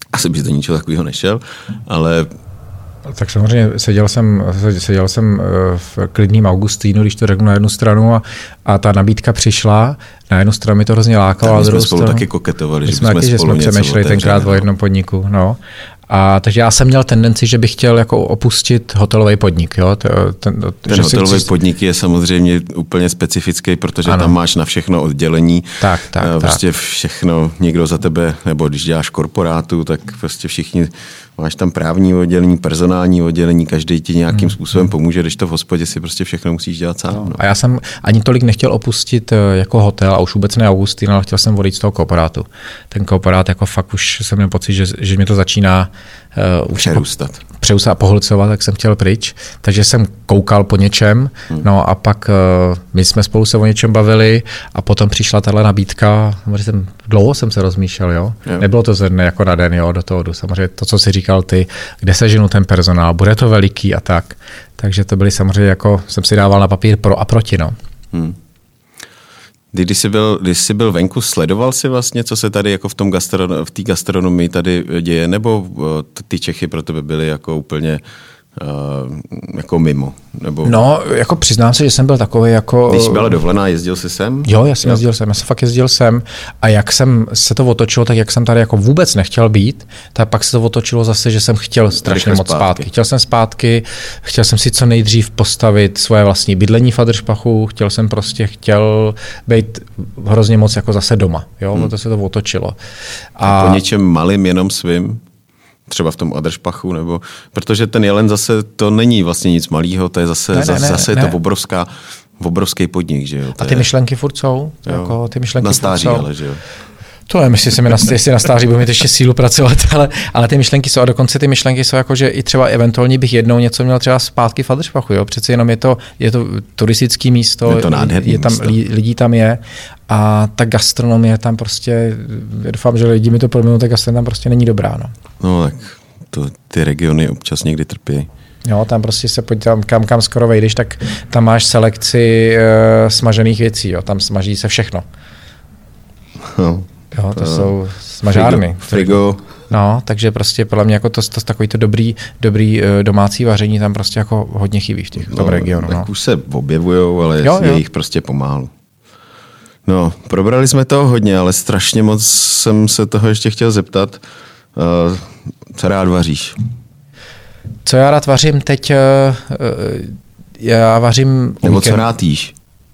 Asi bys do ničeho takového nešel, ale... Tak samozřejmě seděl jsem, seděl jsem v klidným Augustínu, když to řeknu na jednu stranu a, a ta nabídka přišla. Na jednu stranu mi to hrozně lákalo. Tak my a jsme spolu stranu, taky koketovali, že jsme taky, spolu že jsme přemýšleli tenkrát o jednom podniku. No. A takže já jsem měl tendenci, že bych chtěl jako opustit hotelový podnik. Jo? Ten, ten, ten hotelový si... podnik je samozřejmě úplně specifický, protože ano. tam máš na všechno oddělení. Tak, tak, prostě tak. všechno, někdo za tebe, nebo když děláš korporátu, tak prostě všichni, máš tam právní oddělení, personální oddělení, každý ti nějakým hmm. způsobem pomůže, když to v hospodě si prostě všechno musíš dělat sám. No. A já jsem ani tolik nechtěl opustit jako hotel a už vůbec ne Augustín, ale chtěl jsem odejít z toho korporátu. Ten korporát jako fakt už jsem měl pocit, že, že mě to začíná Uh, přerůstat. Přerůstat a pohlcovat, tak jsem chtěl pryč. Takže jsem koukal po něčem, hmm. no a pak uh, my jsme spolu se o něčem bavili a potom přišla tahle nabídka, samozřejmě jsem, dlouho jsem se rozmýšlel, jo? jo. Nebylo to ze dne jako na den, jo, do toho jdu. Samozřejmě to, co jsi říkal ty, kde seženu ten personál, bude to veliký a tak. Takže to byly samozřejmě jako, jsem si dával na papír pro a proti, no. Hmm. Když jsi, byl, když jsi byl venku, sledoval jsi vlastně, co se tady jako v tom gastrono, v té gastronomii tady děje, nebo ty Čechy pro tebe byly jako úplně uh, jako mimo? Nebo... No, jako přiznám se, že jsem byl takový jako... Když jsi byla dovolená, jezdil jsi sem? Jo, já jsem jo. jezdil sem, já jsem fakt jezdil sem a jak jsem se to otočilo, tak jak jsem tady jako vůbec nechtěl být, tak pak se to otočilo zase, že jsem chtěl strašně moc zpátky. zpátky. Chtěl jsem zpátky, chtěl jsem si co nejdřív postavit svoje vlastní bydlení v Adršpachu, chtěl jsem prostě, chtěl být hrozně moc jako zase doma, jo, hmm. to se to otočilo. A, a po něčem malým jenom svým? Třeba v tom Adršpachu, nebo protože ten Jelen zase to není vlastně nic malého, to je zase, ne, ne, zase ne, je to obrovská, obrovský podnik, že jo. A ty je... myšlenky furt jsou? Jako, ty myšlenky na stáří, furt jsou. Ale že jo. To nevím, jestli, se mi na, jestli na stáří budu mít ještě sílu pracovat, ale, ale ty myšlenky jsou a dokonce ty myšlenky jsou jako, že i třeba eventuálně bych jednou něco měl třeba zpátky v Adršpachu, jo, přeci jenom je to, je to turistické místo, je to nádherný je tam, místo. Lidí tam je a ta gastronomie tam prostě, já doufám, že lidi mi to proměnou, ta gastronomie tam prostě není dobrá, no. No tak to, ty regiony občas někdy trpí. Jo, tam prostě se podívám, kam, kam skoro vejdeš, tak tam máš selekci e, smažených věcí, jo, tam smaží se všechno. No. Jo, to uh, jsou smažárny. Frigo. frigo. No, takže prostě podle mě jako to, to takový to dobrý, dobrý domácí vaření tam prostě jako hodně chybí v těch, v tom no, regionu. Tak no. už se objevujou, ale jo, je jo. jich prostě pomálu. No, probrali jsme toho hodně, ale strašně moc jsem se toho ještě chtěl zeptat. Uh, co rád vaříš? Co já rád vařím teď? Uh, já vařím... Nebo co rád jíš?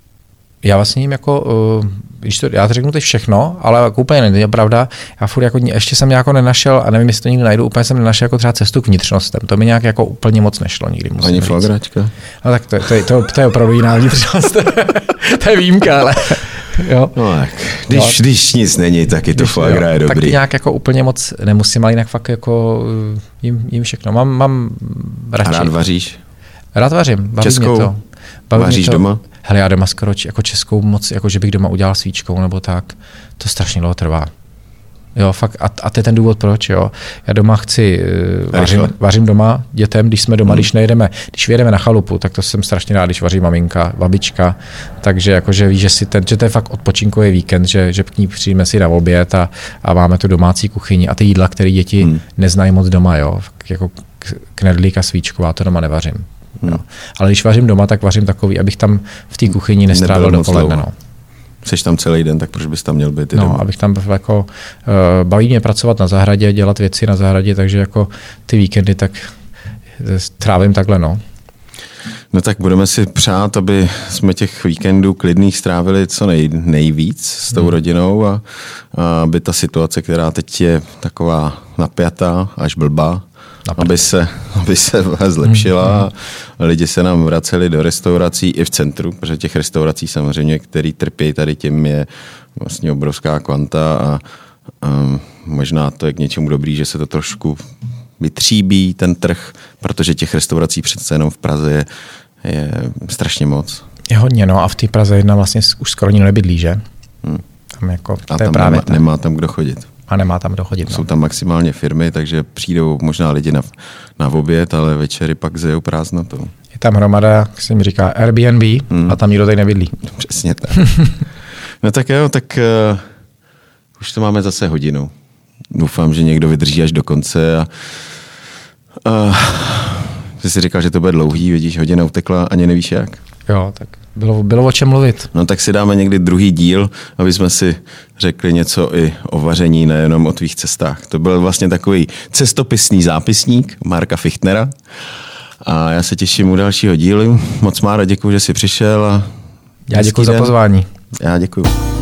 Já vlastně jím jako, uh, když to, já to řeknu teď všechno, ale jako úplně není pravda. Já furt jako, ještě jsem nějak nenašel, a nevím, jestli to nikdy najdu, úplně jsem nenašel jako třeba cestu k vnitřnostem. To mi nějak jako úplně moc nešlo nikdy. Ani flagračka? No tak to, to, to, to je opravdu jiná vnitřnost. To je výjimka, ale... Jo. No tak, když, no, když nic není, tak je to foie je dobrý. Tak nějak jako úplně moc nemusím, ale jinak fakt jako jim, jim všechno. Mám, mám radši. A rád vaříš? Rád vařím, baví Českou? mě to. Baví Vaříš mě to. doma? Hele, já doma skoro jako českou moc, jako že bych doma udělal svíčkou nebo tak, to strašně dlouho trvá. Jo, fakt, a, a to je ten důvod, proč, jo. Já doma chci, vařím, vařím doma dětem, když jsme doma, hmm. když nejedeme, když vyjedeme na chalupu, tak to jsem strašně rád, když vaří maminka, babička, takže jakože víš, že, si ten, že to je fakt odpočinkový víkend, že, že k ní přijíme si na oběd a, a máme tu domácí kuchyni a ty jídla, které děti hmm. neznají moc doma, jo, jako knedlík a svíčková, to doma nevařím. Hmm. Jo. Ale když vařím doma, tak vařím takový, abych tam v té kuchyni nestrávil dopoledne. No. Jseš tam celý den, tak proč bys tam měl být? No, abych tam jako, uh, baví mě pracovat na zahradě, dělat věci na zahradě, takže jako ty víkendy tak trávím takhle, no. No tak budeme si přát, aby jsme těch víkendů klidných strávili co nej, nejvíc s tou hmm. rodinou a, a aby ta situace, která teď je taková napjatá až blbá, aby se, aby se zlepšila a lidi se nám vraceli do restaurací i v centru, protože těch restaurací samozřejmě, který trpí tady tím, je vlastně obrovská kvanta a, a možná to je k něčemu dobrý, že se to trošku vytříbí ten trh, protože těch restaurací přece jenom v Praze je, je strašně moc. Je hodně, no a v té Praze jedna vlastně už skoro nikdo nebydlí, že? Hmm. Tam jako, a tam právě nemá, nemá tam kdo chodit. A nemá tam kdo chodit. No. Jsou tam maximálně firmy, takže přijdou možná lidi na, na oběd, ale večery pak zjejou prázdnotou. Je tam hromada, jak se mi říká, Airbnb hmm. a tam nikdo tady nebydlí. Přesně tak. No tak jo, tak uh, už to máme zase hodinu. doufám, že někdo vydrží až do konce a, a jsi si říkal, že to bude dlouhý, vidíš, hodina utekla, ani nevíš jak. Jo, tak bylo, bylo o čem mluvit. No tak si dáme někdy druhý díl, aby jsme si řekli něco i o vaření, nejenom o tvých cestách. To byl vlastně takový cestopisný zápisník Marka Fichtnera a já se těším u dalšího dílu. Moc Mára, děkuji, že jsi přišel. A já děkuji za pozvání. Já děkuji.